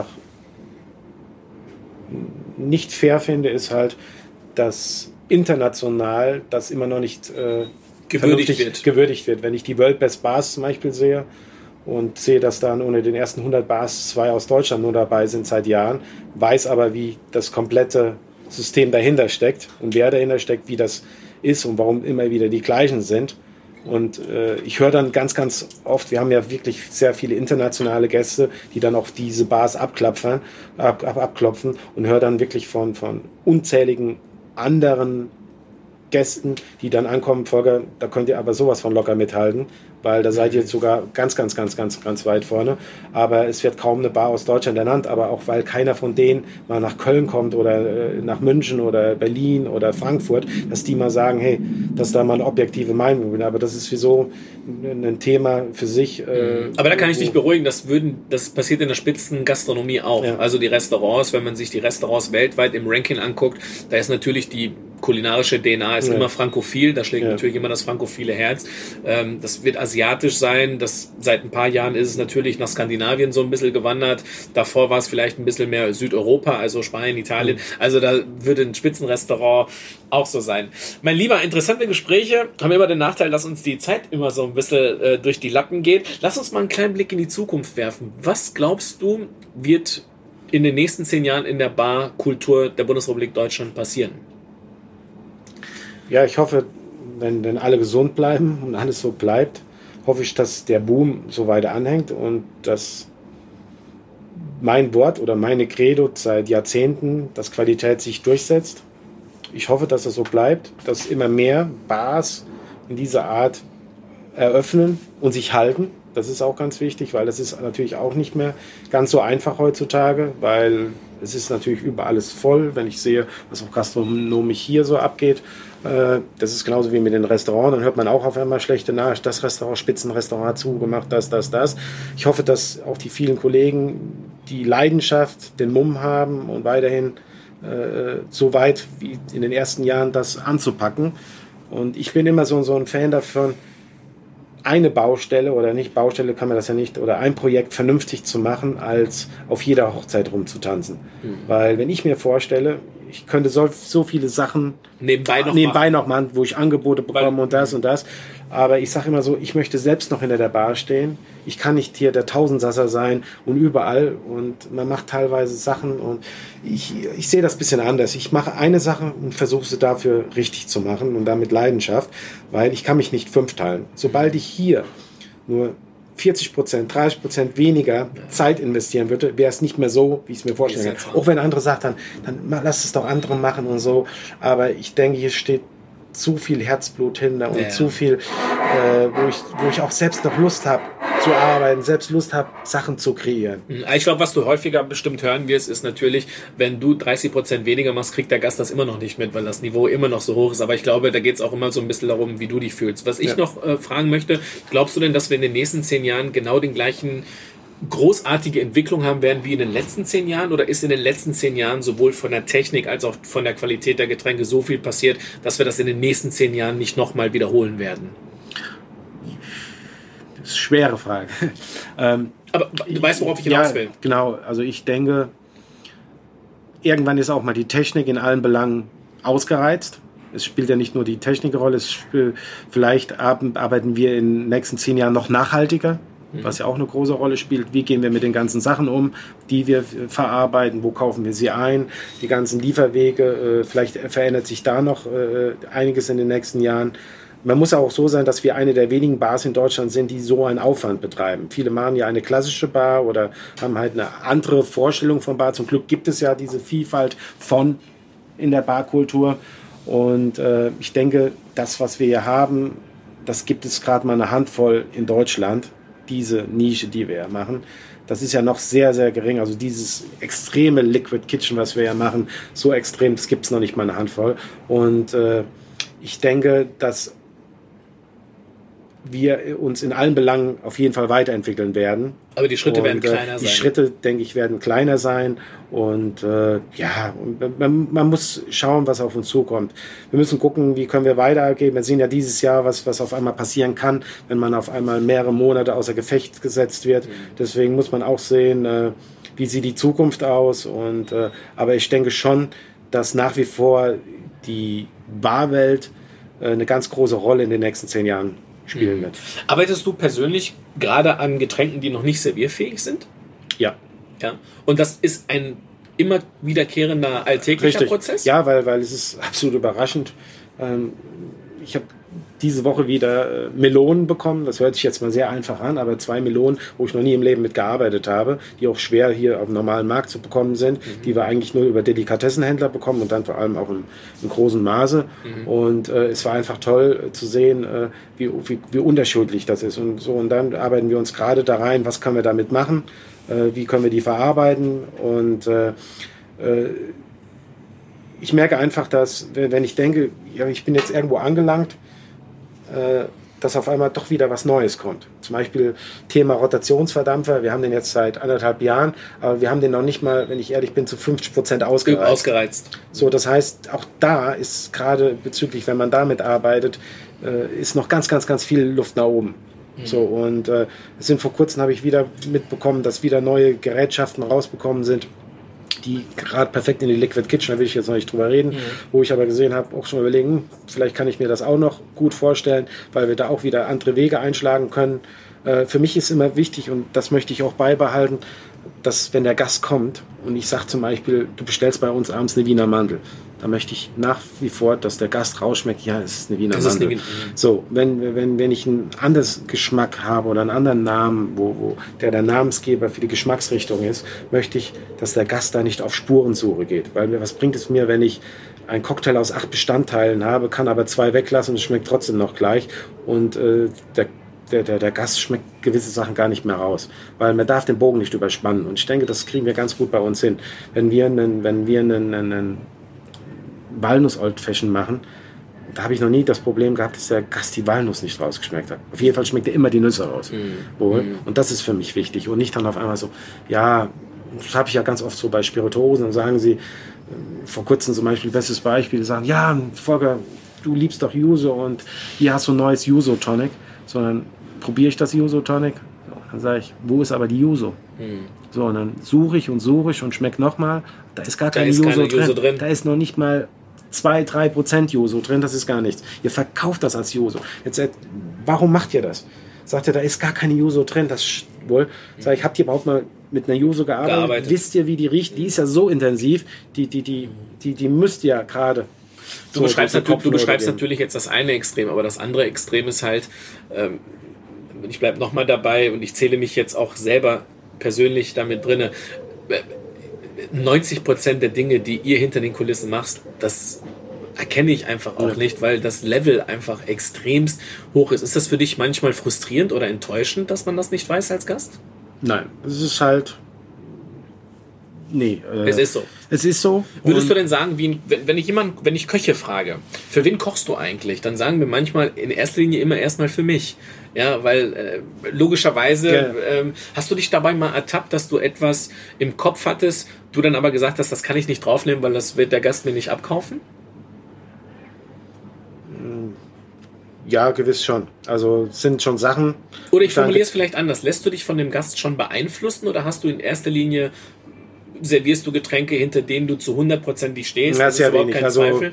nicht fair finde, ist halt, dass international das immer noch nicht gewürdigt wird. Wenn ich die World Best Bars zum Beispiel sehe und sehe, dass dann unter den ersten 100 Bars 2 aus Deutschland nur dabei sind seit Jahren, weiß aber, wie das komplette System dahinter steckt und wer dahinter steckt, wie das ist und warum immer wieder die gleichen sind. Und ich höre dann ganz, ganz oft, wir haben ja wirklich sehr viele internationale Gäste, die dann auch diese Bars abklopfen und höre dann wirklich von unzähligen anderen Gästen, die dann ankommen, Volker, da könnt ihr aber sowas von locker mithalten, weil da seid ihr sogar ganz, ganz, ganz, ganz, ganz weit vorne. Aber es wird kaum eine Bar aus Deutschland ernannt, aber auch weil keiner von denen mal nach Köln kommt oder nach München oder Berlin oder Frankfurt, dass die mal sagen, hey, dass da mal eine objektive Meinung bin. Aber das ist wie so ein Thema für sich. Aber da kann ich dich beruhigen, das passiert in der Spitzengastronomie auch. Ja. Also die Restaurants, wenn man sich die Restaurants weltweit im Ranking anguckt, da ist natürlich die kulinarische DNA ist immer frankophil, da schlägt natürlich immer das frankophile Herz. Das wird asiatisch sein, seit ein paar Jahren ist es natürlich nach Skandinavien so ein bisschen gewandert. Davor war es vielleicht ein bisschen mehr Südeuropa, also Spanien, Italien. Also da würde ein Spitzenrestaurant auch so sein. Mein Lieber, interessante Gespräche haben immer den Nachteil, dass uns die Zeit immer so ein bisschen durch die Lappen geht. Lass uns mal einen kleinen Blick in die Zukunft werfen. Was glaubst du, wird in den nächsten 10 Jahren in der Barkultur der Bundesrepublik Deutschland passieren? Ja, ich hoffe, wenn alle gesund bleiben und alles so bleibt, hoffe ich, dass der Boom so weiter anhängt und dass mein Wort oder meine Credo seit Jahrzehnten, dass Qualität sich durchsetzt. Ich hoffe, dass es so bleibt, dass immer mehr Bars in dieser Art eröffnen und sich halten. Das ist auch ganz wichtig, weil das ist natürlich auch nicht mehr ganz so einfach heutzutage, weil es ist natürlich überall alles voll. Wenn ich sehe, was auch gastronomisch hier so abgeht, das ist genauso wie mit den Restaurants, dann hört man auch auf einmal schlechte Nachrichten, das Restaurant, Spitzenrestaurant zugemacht, das. Ich hoffe, dass auch die vielen Kollegen die Leidenschaft, den Mumm haben und weiterhin so weit wie in den ersten Jahren das anzupacken. Und ich bin immer so ein Fan davon, eine Baustelle oder nicht Baustelle kann man das ja nicht oder ein Projekt vernünftig zu machen, als auf jeder Hochzeit rumzutanzen. Weil wenn ich mir vorstelle, ich könnte so viele Sachen nebenbei noch machen, wo ich Angebote bekomme und das und das. Aber ich sage immer so, ich möchte selbst noch hinter der Bar stehen. Ich kann nicht hier der Tausendsasser sein und überall. Und man macht teilweise Sachen und ich sehe das ein bisschen anders. Ich mache eine Sache und versuche sie dafür richtig zu machen und damit Leidenschaft, weil ich kann mich nicht 5 teilen. Sobald ich hier nur 40%, 30% weniger Zeit investieren würde, wäre es nicht mehr so, wie ich es mir vorstelle. Auch wenn andere sagen, dann lass es doch andere machen und so. Aber ich denke, hier steht zu viel Herzblut hinter und zu viel, wo ich auch selbst noch Lust habe zu arbeiten, selbst Lust habe, Sachen zu kreieren. Ich glaube, was du häufiger bestimmt hören wirst, ist natürlich, wenn du 30% weniger machst, kriegt der Gast das immer noch nicht mit, weil das Niveau immer noch so hoch ist. Aber ich glaube, da geht es auch immer so ein bisschen darum, wie du dich fühlst. Was ich noch fragen möchte, glaubst du denn, dass wir in den nächsten 10 Jahren genau den gleichen großartige Entwicklung haben werden wie in den letzten 10 Jahren? Oder ist in den letzten 10 Jahren sowohl von der Technik als auch von der Qualität der Getränke so viel passiert, dass wir das in den nächsten 10 Jahren nicht nochmal wiederholen werden? Das ist eine schwere Frage. Aber du weißt, worauf ich hinaus will. Ja, genau. Also ich denke, irgendwann ist auch mal die Technik in allen Belangen ausgereizt. Es spielt ja nicht nur die Technik eine Rolle, vielleicht arbeiten wir in den nächsten 10 Jahren noch nachhaltiger, was ja auch eine große Rolle spielt. Wie gehen wir mit den ganzen Sachen um, die wir verarbeiten, wo kaufen wir sie ein, die ganzen Lieferwege, vielleicht verändert sich da noch einiges in den nächsten Jahren. Man muss auch so sein, dass wir eine der wenigen Bars in Deutschland sind, die so einen Aufwand betreiben. Viele machen ja eine klassische Bar oder haben halt eine andere Vorstellung von Bar. Zum Glück gibt es ja diese Vielfalt in der Barkultur. Und ich denke, das, was wir hier haben, das gibt es gerade mal eine Handvoll in Deutschland, diese Nische, die wir ja machen. Das ist ja noch sehr, sehr gering. Also dieses extreme Liquid Kitchen, was wir ja machen, so extrem, das gibt es noch nicht mal eine Handvoll. Und ich denke, dass wir uns in allen Belangen auf jeden Fall weiterentwickeln werden. Aber die Schritte werden kleiner sein. Die Schritte, denke ich, werden kleiner sein. Und man muss schauen, was auf uns zukommt. Wir müssen gucken, wie können wir weitergehen. Wir sehen ja dieses Jahr, was auf einmal passieren kann, wenn man auf einmal mehrere Monate außer Gefecht gesetzt wird. Deswegen muss man auch sehen, wie sieht die Zukunft aus. Aber ich denke schon, dass nach wie vor die Barwelt eine ganz große Rolle in den nächsten 10 Jahren spielen wird. Arbeitest du persönlich gerade an Getränken, die noch nicht servierfähig sind? Ja. Und das ist ein immer wiederkehrender alltäglicher Prozess? Ja, weil es ist absolut überraschend. Ich habe diese Woche wieder Melonen bekommen. Das hört sich jetzt mal sehr einfach an, aber 2 Melonen, wo ich noch nie im Leben mit gearbeitet habe, die auch schwer hier auf dem normalen Markt zu bekommen sind, die wir eigentlich nur über Delikatessenhändler bekommen und dann vor allem auch im großen Maße. Und es war einfach toll zu sehen, wie unterschiedlich das ist. Und so, und dann arbeiten wir uns gerade da rein, was können wir damit machen, wie können wir die verarbeiten. Und ich merke einfach, dass, wenn ich denke, ja, ich bin jetzt irgendwo angelangt, dass auf einmal doch wieder was Neues kommt. Zum Beispiel Thema Rotationsverdampfer. Wir haben den jetzt seit 1,5 Jahren, aber wir haben den noch nicht mal, wenn ich ehrlich bin, zu 50% ausgereizt. So, das heißt, auch da ist gerade bezüglich, wenn man damit arbeitet, ist noch ganz, ganz, ganz viel Luft nach oben. So, und vor kurzem habe ich wieder mitbekommen, dass wieder neue Gerätschaften rausbekommen sind, die gerade perfekt in die Liquid Kitchen, da will ich jetzt noch nicht drüber reden, wo ich aber gesehen habe, auch schon überlegen, vielleicht kann ich mir das auch noch gut vorstellen, weil wir da auch wieder andere Wege einschlagen können. Für mich ist immer wichtig, und das möchte ich auch beibehalten, dass wenn der Gast kommt und ich sage zum Beispiel, du bestellst bei uns abends eine Wiener Mandel, da möchte ich nach wie vor, dass der Gast rausschmeckt, ja, es ist eine Wiener Mandel. So, wenn ich einen anderen Geschmack habe oder einen anderen Namen, wo der Namensgeber für die Geschmacksrichtung ist, möchte ich, dass der Gast da nicht auf Spurensuche geht. Weil was bringt es mir, wenn ich einen Cocktail aus 8 Bestandteilen habe, kann aber 2 weglassen und es schmeckt trotzdem noch gleich. Und der Gast schmeckt gewisse Sachen gar nicht mehr raus, weil man darf den Bogen nicht überspannen. Und ich denke, das kriegen wir ganz gut bei uns hin. Wenn wir einen Walnuss Old Fashion machen, da habe ich noch nie das Problem gehabt, dass der Gast die Walnuss nicht rausgeschmeckt hat. Auf jeden Fall schmeckt er immer die Nüsse raus. Und das ist für mich wichtig. Und nicht dann auf einmal so, ja, das habe ich ja ganz oft so bei Spirituosen, dann sagen sie, vor kurzem zum Beispiel, bestes Beispiel, sagen, ja, Volker, du liebst doch Yuzu und hier hast du ein neues Yuzu Tonic. So, dann probiere ich das Yuzu Tonic. So, dann sage ich, wo ist aber die Yuzu? So, und dann suche ich und schmecke nochmal. Da ist gar keine Yuzu drin. Da ist noch nicht mal 2-3% Yuzu drin, das ist gar nichts. Ihr verkauft das als Yuzu. Jetzt, warum macht ihr das? Sagt ihr, da ist gar keine Yuzu drin. Das wohl. Sag ich, habt ihr überhaupt mal mit einer Yuzu gearbeitet? Wisst ihr, wie die riecht? Die ist ja so intensiv. Die müsst ihr ja gerade. Du beschreibst natürlich jetzt das eine Extrem, aber das andere Extrem ist halt, ich bleibe nochmal dabei und ich zähle mich jetzt auch selber persönlich damit drinne. 90% der Dinge, die ihr hinter den Kulissen macht, das erkenne ich einfach auch nicht, weil das Level einfach extremst hoch ist. Ist das für dich manchmal frustrierend oder enttäuschend, dass man das nicht weiß als Gast? Nein, es ist halt, Nee. Es ist so. Es ist so. Würdest du denn sagen, wenn ich Köche frage, für wen kochst du eigentlich? Dann sagen wir manchmal in erster Linie immer erstmal für mich. Ja, weil logischerweise hast du dich dabei mal ertappt, dass du etwas im Kopf hattest, du dann aber gesagt hast, das kann ich nicht draufnehmen, weil das wird der Gast mir nicht abkaufen? Ja, gewiss schon. Also es sind schon Sachen. Oder ich formuliere es vielleicht anders. Lässt du dich von dem Gast schon beeinflussen oder hast du in erster Linie, servierst du Getränke, hinter denen du zu 100% stehst? Das ist ja wenig. Kein Zweifel?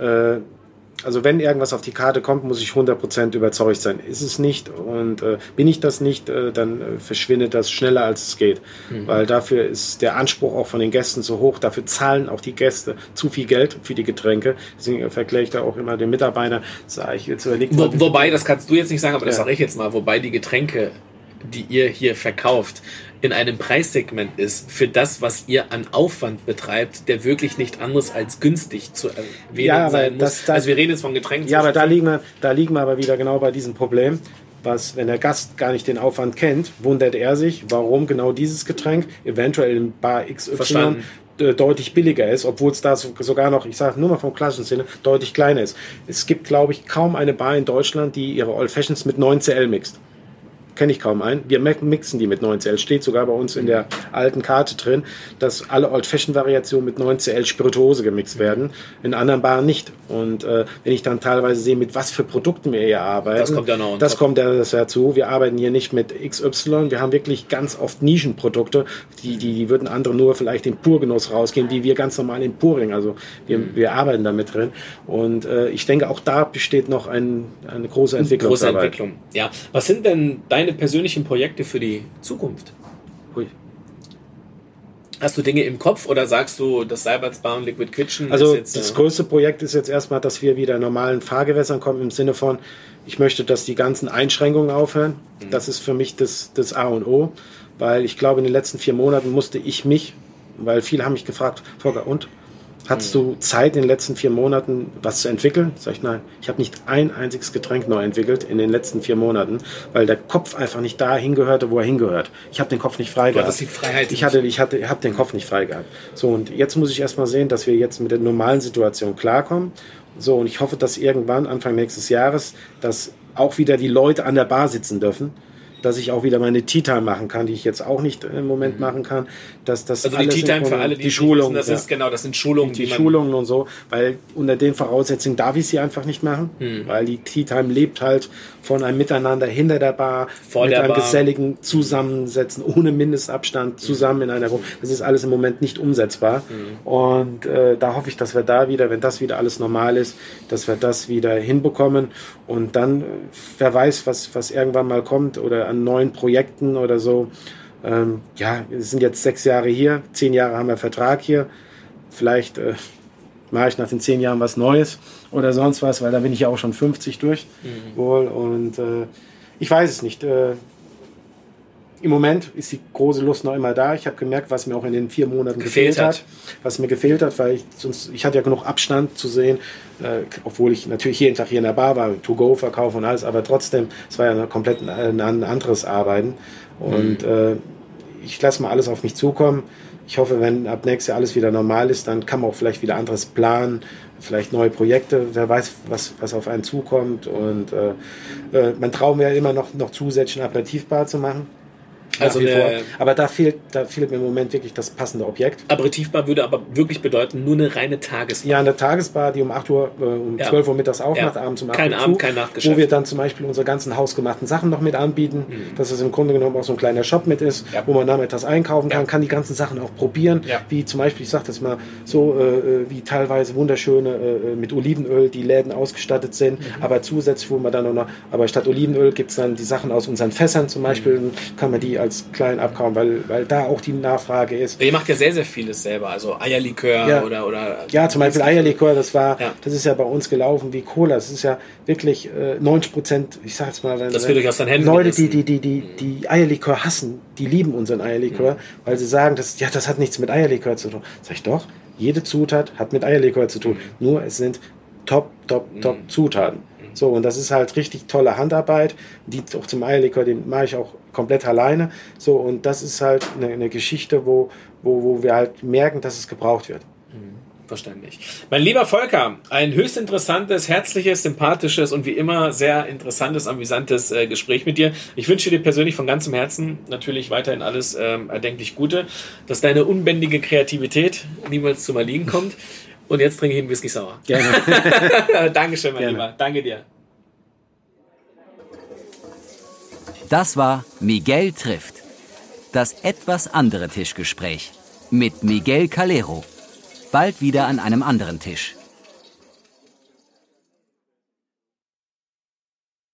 Also wenn irgendwas auf die Karte kommt, muss ich 100% überzeugt sein. Ist es nicht und bin ich das nicht, dann verschwindet das schneller, als es geht. Weil dafür ist der Anspruch auch von den Gästen so hoch. Dafür zahlen auch die Gäste zu viel Geld für die Getränke. Deswegen verkläre ich da auch immer den Mitarbeiter. Sage ich jetzt überlegt. Wobei, das kannst du jetzt nicht sagen, aber das sage ich jetzt mal. Wobei die Getränke, die ihr hier verkauft, in einem Preissegment ist, für das, was ihr an Aufwand betreibt, der wirklich nicht anderes als günstig zu erwähnen sein muss. Also wir reden jetzt von Getränken. Ja, aber da liegen wir aber wieder genau bei diesem Problem, was, wenn der Gast gar nicht den Aufwand kennt, wundert er sich, warum genau dieses Getränk eventuell in Bar XY deutlich billiger ist, obwohl es da sogar noch, ich sage nur mal vom klassischen Sinne, deutlich kleiner ist. Es gibt, glaube ich, kaum eine Bar in Deutschland, die ihre Old Fashions mit 9CL mixt. Kenne ich kaum einen. Wir mixen die mit 9CL. Steht sogar bei uns in der alten Karte drin, dass alle Old-Fashioned-Variationen mit 9CL Spirituose gemixt werden. In anderen Baren nicht. Und wenn ich dann teilweise sehe, mit was für Produkten wir hier arbeiten, das kommt ja noch. Das kommt ja dazu. Wir arbeiten hier nicht mit XY. Wir haben wirklich ganz oft Nischenprodukte, die würden andere nur vielleicht in Purgenuss rausgehen, die wir ganz normal in Puring. Also wir arbeiten da mit drin. Und ich denke, auch da besteht noch eine große Entwicklung. Große Entwicklung. Ja. Was sind denn deine persönlichen Projekte für die Zukunft? Hui. Hast du Dinge im Kopf oder sagst du, das Seibertsbar und Liquid Kitchen also ist jetzt... das größte Projekt ist jetzt erstmal, dass wir wieder in normalen Fahrgewässern kommen, im Sinne von, ich möchte, dass die ganzen Einschränkungen aufhören. Das ist für mich das A und O, weil ich glaube, in den letzten 4 Monaten musste ich mich, weil viele haben mich gefragt, Volker, und? Hattest du Zeit in den letzten 4 Monaten was zu entwickeln? Sag ich, nein. Ich habe nicht ein einziges Getränk neu entwickelt in den letzten 4 Monaten, weil der Kopf einfach nicht da hingehörte, wo er hingehört. Ich habe den Kopf nicht frei gehabt. Das ist die Freiheit. Ich habe den Kopf nicht frei gehabt. So, und jetzt muss ich erstmal sehen, dass wir jetzt mit der normalen Situation klarkommen. So, und ich hoffe, dass irgendwann, Anfang nächstes Jahres, dass auch wieder die Leute an der Bar sitzen dürfen, dass ich auch wieder meine Tea-Time machen kann, die ich jetzt auch nicht im Moment machen kann. Dass das also die Tea-Time für alle, die Schulungen, wissen, das sind Schulungen. Die Schulungen und so, weil unter den Voraussetzungen darf ich sie einfach nicht machen, weil die Tea-Time lebt halt von einem Miteinander hinter der Bar, vor mit der einem Bar. Geselligen Zusammensetzen, ohne Mindestabstand, zusammen in einer Gruppe. Das ist alles im Moment nicht umsetzbar. Und da hoffe ich, dass wir da wieder, wenn das wieder alles normal ist, dass wir das wieder hinbekommen und dann, wer weiß, was irgendwann mal kommt oder an neuen Projekten oder so. Ja, wir sind jetzt 6 Jahre hier, 10 Jahre haben wir Vertrag hier. Vielleicht mache ich nach den 10 Jahren was Neues oder sonst was, weil da bin ich ja auch schon 50 durch. Wohl. Und ich weiß es nicht. Im Moment ist die große Lust noch immer da. Ich habe gemerkt, was mir auch in den 4 Monaten gefehlt hat. Was mir gefehlt hat, weil ich hatte ja genug Abstand zu sehen, obwohl ich natürlich jeden Tag hier in der Bar war, To-Go-Verkauf und alles, aber trotzdem, es war ja komplett ein anderes Arbeiten. Und ich lasse mal alles auf mich zukommen. Ich hoffe, wenn ab nächstes Jahr alles wieder normal ist, dann kann man auch vielleicht wieder anderes planen, vielleicht neue Projekte, wer weiß, was auf einen zukommt. Und man traut mir ja immer noch zusätzlich eine Aperitivbar zu machen. Also aber da fehlt mir im Moment wirklich das passende Objekt. Aperitivbar würde aber wirklich bedeuten, nur eine reine Tagesbar. Ja, eine Tagesbar, die um 8 Uhr, um 12 Uhr mittags aufmacht, abends um 8 kein Uhr Abend, zu, kein Nachtgeschäft. wo wir dann zum Beispiel unsere ganzen hausgemachten Sachen noch mit anbieten, dass es im Grunde genommen auch so ein kleiner Shop mit ist, wo man damit etwas einkaufen kann die ganzen Sachen auch probieren, wie zum Beispiel, ich sage das mal, so wie teilweise wunderschöne mit Olivenöl die Läden ausgestattet sind, aber zusätzlich, wo man dann noch, aber statt Olivenöl gibt es dann die Sachen aus unseren Fässern zum Beispiel, kann man die als kleinen abkaufen, weil da auch die Nachfrage ist. Ihr macht ja sehr, sehr vieles selber, also Eierlikör oder... Ja, zum Beispiel Eierlikör, das ist ja bei uns gelaufen wie Cola. Das ist ja wirklich 90%, ich sag jetzt mal, das wird euch aus den Händen Leute, die Eierlikör hassen, die lieben unseren Eierlikör, weil sie sagen, das hat nichts mit Eierlikör zu tun. Sag ich doch, jede Zutat hat mit Eierlikör zu tun. Nur es sind Top Zutaten. So, und das ist halt richtig tolle Handarbeit. Die auch zum Eierlikör, den mache ich auch komplett alleine. So, und das ist halt eine Geschichte, wo wir halt merken, dass es gebraucht wird. Verständlich. Mein lieber Volker, ein höchst interessantes, herzliches, sympathisches und wie immer sehr interessantes, amüsantes Gespräch mit dir. Ich wünsche dir persönlich von ganzem Herzen natürlich weiterhin alles erdenklich Gute, dass deine unbändige Kreativität niemals zum Erliegen kommt. Und jetzt trinke ich einen Whisky Sour. Gerne. Dankeschön, mein Gerne. Lieber. Danke dir. Das war Miguel trifft. Das etwas andere Tischgespräch mit Miguel Calero. Bald wieder an einem anderen Tisch.